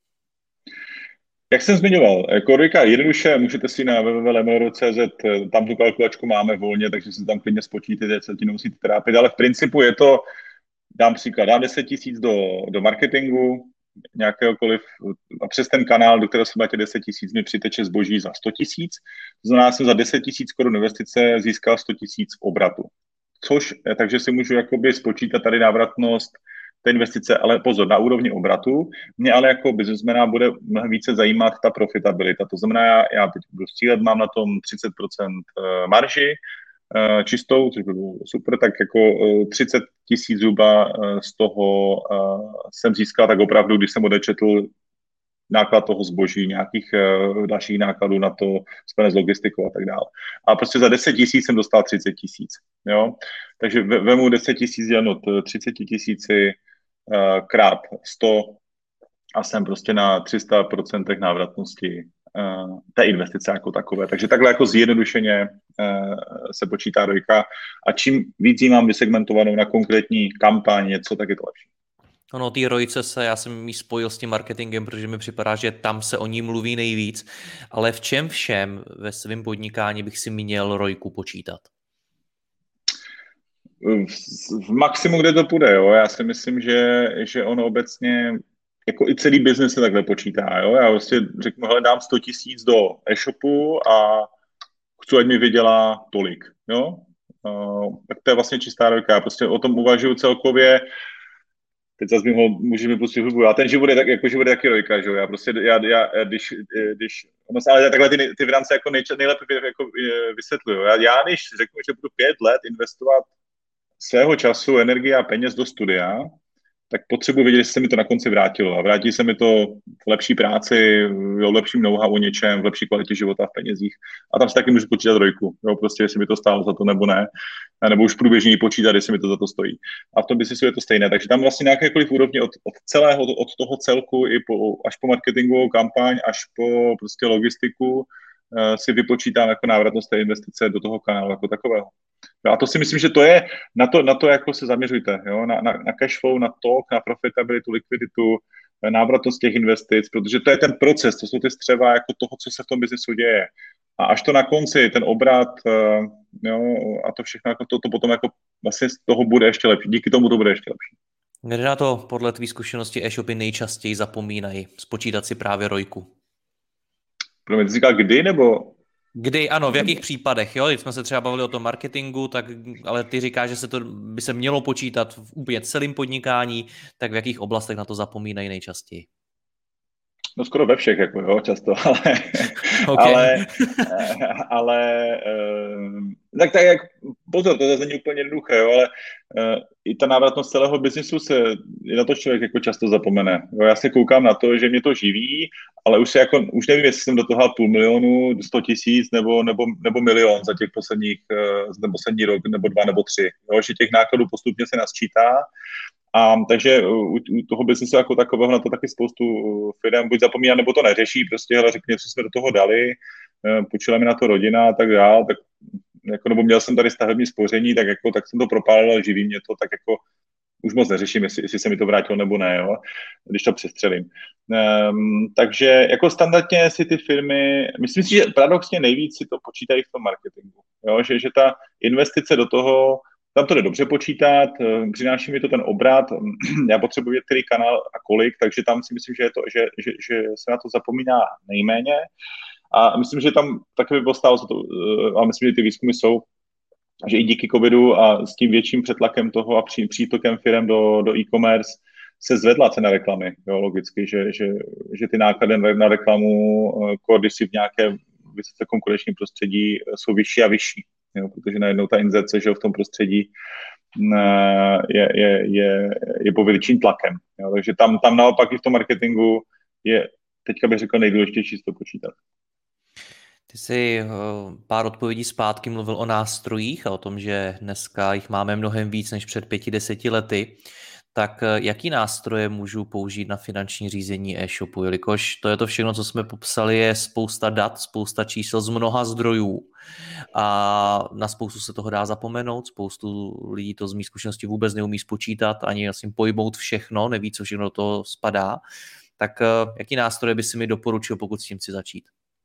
Jak jsem zmiňoval, jako rojka jednoduše, můžete si na w w w tečka lemoneru tečka c z, tam tu kalkulačku máme volně, takže si tam klidně spočítáte, co ti nemusíte trápit, ale v principu je to, dám příklad, dám deset tisíc do, do marketingu, nějakéhokoliv, a přes ten kanál, do kterého se máte deset tisíc, mi přiteče zboží za sto tisíc, to znamená, jsem za deset tisíc korun investice získal sto tisíc obratu. Což, takže si můžu jakoby spočítat tady návratnost té investice, ale pozor, na úrovni obratu. Mě ale jako businessmana bude mnohem více zajímat ta profitabilita. To znamená, já, já teď budu střílet, mám na tom třicet procent marži, čistou, což by bylo super, tak jako třicet tisíc zhruba z toho jsem získal tak opravdu, když jsem odečetl náklad toho zboží, nějakých dalších nákladů na to, spojené s logistikou a tak dále. A prostě za deset tisíc jsem dostal třicet tisíc, jo. Takže vemu deset tisíc děleno třicet tisíci krát sto a jsem prostě na tři sta procent návratnosti té investice jako takové. Takže takhle jako zjednodušeně se počítá rojka a čím víc jí mám vysegmentovanou na konkrétní kampaň něco, tak je to lepší. Ono, té rojce se, já jsem ji spojil s tím marketingem, protože mi připadá, že tam se o ní mluví nejvíc, ale v čem všem ve svém podnikání bych si měl rojku počítat? V, v maximu, kde to půjde, jo. Já si myslím, že, že ono obecně jako i celý biznes se takhle počítá, jo. Já prostě řeknu, hele, dám sto tisíc do e-shopu a chci, ať mi vydělá tolik, jo. Uh, tak to je vlastně čistá rojka. Já prostě o tom uvažuji celkově. Teď zase mi ho může mi pustit hudbu. A ten život je tak, jako život je taky rojka, že jo. Já prostě, já, já když, když, ale takhle ty, ty finance jako nej, nejlépe jako vysvětluju. Já, já když řeknu, že budu pět let investovat svého času, energie a peněz do studia, tak potřebuji vědět, jestli se mi to na konci vrátilo. A vrátí se mi to v lepší práci, v lepším know-how o něčem, v lepší kvalitě života, v penězích. A tam si taky můžu počítat rojku, jo, prostě jestli mi to stálo za to nebo ne. A nebo už průběžně počítat, jestli mi to za to stojí. A v tom biznesu je to stejné. Takže tam vlastně na jakékoliv úrovni od, od celého, od toho celku i po, až po marketingovou kampaň, až po prostě logistiku uh, si vypočítám jako návratnost té investice do toho kanálu jako takového. A to si myslím, že to je, na to, na to jako se zaměřujte, jo? Na, na, na cash flow, na tok, na profitabilitu, likviditu, návratnost těch investic, protože to je ten proces, to jsou ty střeva jako toho, co se v tom biznesu děje. A až to na konci, ten obrat, jo, a to všechno, jako to, to potom jako vlastně z toho bude ještě lepší, díky tomu to bude ještě lepší. Kde na to podle tvý zkušenosti e-shopy nejčastěji zapomínají spočítat si právě rojku? Pro mě ty říkal kdy, nebo... Kdy, ano, v jakých případech, jo? Když jsme se třeba bavili o tom marketingu, tak, ale ty říkáš, že se to by se mělo počítat v úplně celém podnikání, tak v jakých oblastech na to zapomínají nejčastěji? No skoro ve všech, jako jo, často, ale, okay. ale, ale tak, tak jak, pozor, to zase není úplně jednoduché, jo, ale i ta návratnost celého biznisu se, na to člověk jako často zapomene. Jo, já se koukám na to, že mě to živí, ale už se jako, už nevím, jestli jsem do toho půl milionu, sto tisíc nebo, nebo, nebo milion za těch posledních, za ten poslední rok, nebo dva, nebo tři, jo, že těch nákladů postupně se nasčítá. A takže u, u toho biznesu jako takového na to taky spoustu firm buď zapomíná, nebo to neřeší, prostě hele, řekni, co jsme do toho dali, počila mi na to rodina a tak dál, tak jako, nebo měl jsem tady stavební spoření, tak jako, tak jsem to propálil, ale živí mě to, tak jako už moc neřeším, jestli, jestli se mi to vrátilo nebo ne, jo, když to přestřelím. Um, takže jako standardně si ty firmy, myslím si, že paradoxně nejvíc si to počítají v tom marketingu, jo, že, že ta investice do toho, tam to jde dobře počítat, přináší mi to ten obrat, já potřebuji vědět, který kanál a kolik, takže tam si myslím, že, je to, že, že, že se na to zapomíná nejméně. A myslím, že tam taky by bylo stálo, a myslím, že ty výzkumy jsou, že i díky covidu a s tím větším přetlakem toho a pří, přítokem firem do, do e-commerce se zvedla cena reklamy, jo, logicky, že, že, že ty náklady na reklamu, když si v nějaké vysoce konkurenčním prostředí, jsou vyšší a vyšší, jo, protože najednou ta inzerce, že v tom prostředí je, je, je, je pod větším tlakem. Jo, takže tam, tam naopak i v tom marketingu je, teďka bych řekl, nejdůležitější to počítat. Ty jsi pár odpovědí zpátky mluvil o nástrojích a o tom, že dneska jich máme mnohem víc než před pěti, deseti lety. Tak jaký nástroje můžu použít na finanční řízení e-shopu, jelikož to je to všechno, co jsme popsali, je spousta dat, spousta čísel z mnoha zdrojů a na spoustu se toho dá zapomenout, spoustu lidí to z mých zkušeností vůbec neumí spočítat, ani asi pojmout všechno, neví, co všechno do toho spadá. Tak jaký nástroje by si mi doporučil, pokud s tím chci začít?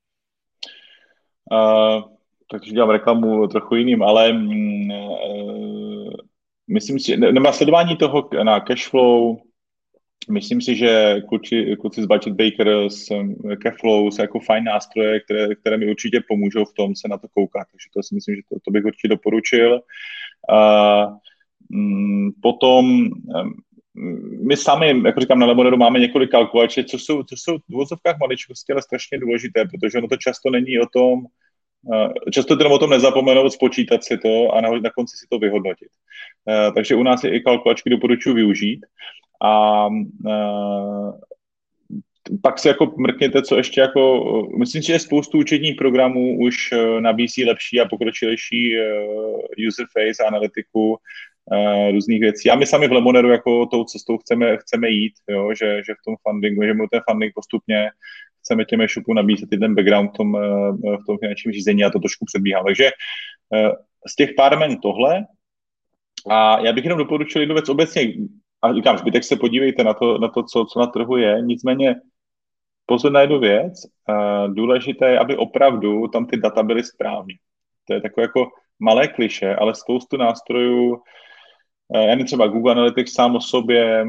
Uh, takže dělám reklamu trochu jiným, ale uh, myslím si, nemá sledování toho na cashflow, myslím si, že kluci, kluci z Budget Bakers, Cashflow jsou jako fajn nástroje, které, které mi určitě pomůžou v tom se na to koukat, takže to si myslím, že to, to bych určitě doporučil. Uh, um, potom um, my sami, jako říkám, na Lemoneru máme několik kalkulačů, co jsou, co jsou v uvozovkách maličkosti, ale strašně důležité, protože ono to často není o tom, často je o tom nezapomenout, spočítat si to a na, na konci si to vyhodnotit. Takže u nás je i kalkulačky doporučuji využít a pak si jako mrkněte, co ještě jako, myslím si, že spoustu účetních programů už nabízí lepší a pokročilejší user face analytiku, Uh, různých věcí. A my sami v Lemoneru jako tou cestou chceme, chceme jít, jo? Že, že v tom fundingu, že my ten funding postupně chceme těm e-shopům nabízet i ten background v tom, uh, v tom finančním řízení a to trošku předbíhám. Takže uh, z těch pár men tohle a já bych jenom doporučil jednu věc obecně, a říkám, zbytek se podívejte na to, na to co, co na trhu je, nicméně pozor na jednu věc, uh, důležité je, aby opravdu tam ty data byly správně. To je takové jako malé kliše, ale spoustu nástrojů. Já nevím, třeba Google Analytics sám o sobě,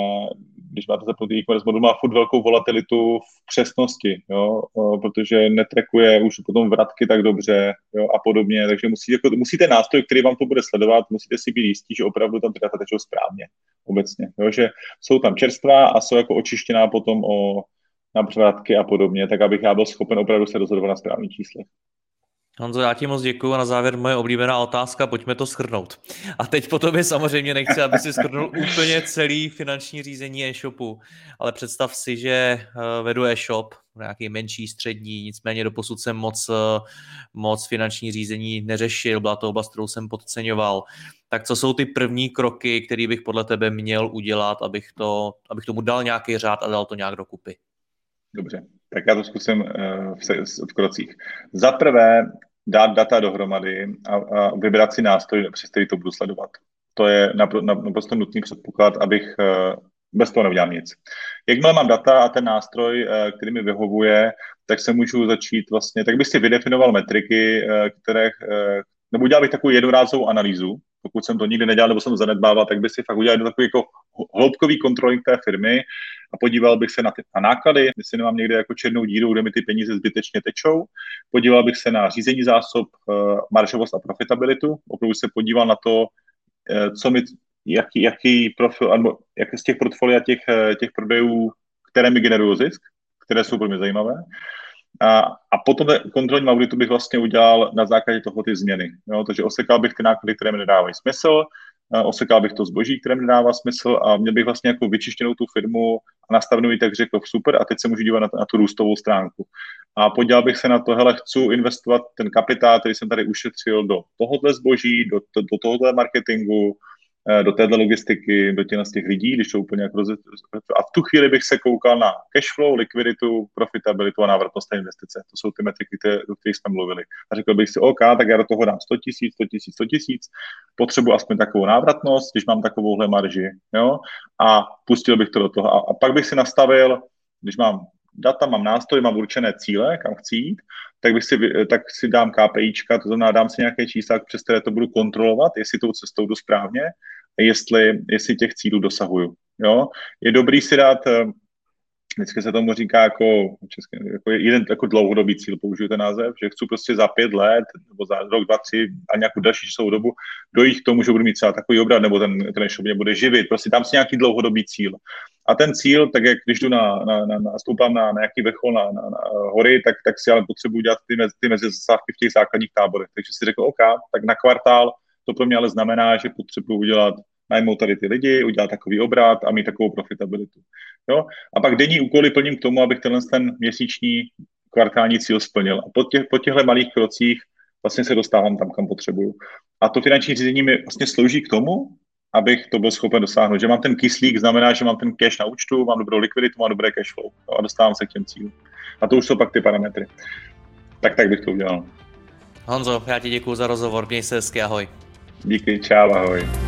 když máte zapnutý e-commerce modul, má furt velkou volatilitu v přesnosti, jo, protože netrekuje už potom vratky tak dobře, jo, a podobně, takže musíte, jako, musíte nástroj, který vám to bude sledovat, musíte si být jistí, že opravdu tam ty data tečou správně, obecně, jo, že jsou tam čerstvá a jsou jako očištěná potom o na vratky a podobně, tak abych já byl schopen opravdu se rozhodovat na správných číslech. Honzo, já ti moc děkuju a na závěr moje oblíbená otázka, pojďme to shrnout. A teď po tobě samozřejmě nechci, aby si shrnul úplně celý finanční řízení e-shopu, ale představ si, že vedu e-shop, nějaký menší, střední, nicméně doposud jsem moc, moc finanční řízení neřešil, byla to oblast, kterou jsem podceňoval. Tak co jsou ty první kroky, které bych podle tebe měl udělat, abych, to, abych tomu dal nějaký řád a dal to nějak dokupy? Dobře, tak já to zkusím uh, v, v krocích. Za prvé dát data dohromady a, a vybrat si nástroj, přes který to budu sledovat. To je napr- naprosto nutný předpoklad, abych uh, bez toho neudělal nic. Jakmile mám data a ten nástroj, uh, který mi vyhovuje, tak se můžu začít vlastně, tak bych si vydefinoval metriky, uh, které, uh, nebo udělal bych takovou jednorázovou analýzu, pokud jsem to nikdy nedělal, nebo jsem to zanedbával, tak bych si fakt udělal takový jako hloubkový kontroling té firmy a podíval bych se na ty na náklady, jestli nemám někde jako černou díru, kde mi ty peníze zbytečně tečou. Podíval bych se na řízení zásob, maržovost a profitabilitu. Opravdu se podíval na to, co mi, jaký, jaký profil, nebo jak z těch portfolia těch, těch prodejů, které mi generují zisk, které jsou pro mě zajímavé. A, a potom kontrolním auditu bych vlastně udělal na základě toho ty změny. Jo? Takže osekal bych ty náklady, které mi nedávají smysl, osekal bych to zboží, které mi nedává smysl a měl bych vlastně jako vyčištěnou tu firmu a nastavenou ji tak řekl super a teď se můžu dívat na, na tu růstovou stránku. A podíval bych se na to, hele, chci investovat ten kapitál, který jsem tady ušetřil do tohohle zboží, do, do, do tohohle marketingu, do téhle logistiky, do těch, z těch lidí, když to úplně jako rozjet... A v tu chvíli bych se koukal na cashflow, likviditu, profitabilitu a návratnost té investice. To jsou ty metriky, které, o kterých jsme mluvili. A řekl bych si, OK, tak já do toho dám sto tisíc, sto tisíc, sto tisíc, potřebuji aspoň takovou návratnost, když mám takovouhle marži, jo, a pustil bych to do toho. A, a pak bych si nastavil, když mám data, mám nástroj, mám určené cíle, kam chci jít, tak, bych si, tak si dám KPIčka, to znamená, dám si nějaké čísla, přes které to budu kontrolovat, jestli tou cestou jdu správně a jestli, jestli těch cílů dosahuju. Jo? Je dobrý si dát, vždycky se tomu říká jako, české, jako jeden jako dlouhodobý cíl, použiju ten název, že chci prostě za pět let nebo za rok, dva, tři a nějakou další časovou dobu dojít k tomu, že budu mít třeba takový obrat, nebo ten, ten shop mě bude živit. Prostě tam si nějaký dlouhodobý cíl. A ten cíl, tak jak když jdu na, na, na, na stoupám na, na nějaký vrchol, na, na, na hory, tak, tak si ale potřebuji dělat ty, mezi, ty mezizasávky v těch základních táborech. Takže si řekl, OK, tak na kvartál to pro mě ale znamená, že potřebuji udělat najmout tady ty lidi, udělat takový obrat a mít takovou profitabilitu. Jo? A pak denní úkoly plním k tomu, abych tenhle ten měsíční kvartální cíl splnil. A po, těch, po těchto malých krocích vlastně se dostávám tam, kam potřebuju. A to finanční řízení mi vlastně slouží k tomu, abych to byl schopen dosáhnout. Že mám ten kyslík, znamená, že mám ten cash na účtu, mám dobrou likviditu, mám dobré cash flow a dostávám se k těm cílům. A to už jsou pak ty parametry. Tak tak bych to udělal. Honzo, já ti děkuju za rozhovor, měj se hezky, ahoj. Díky, čau, ahoj.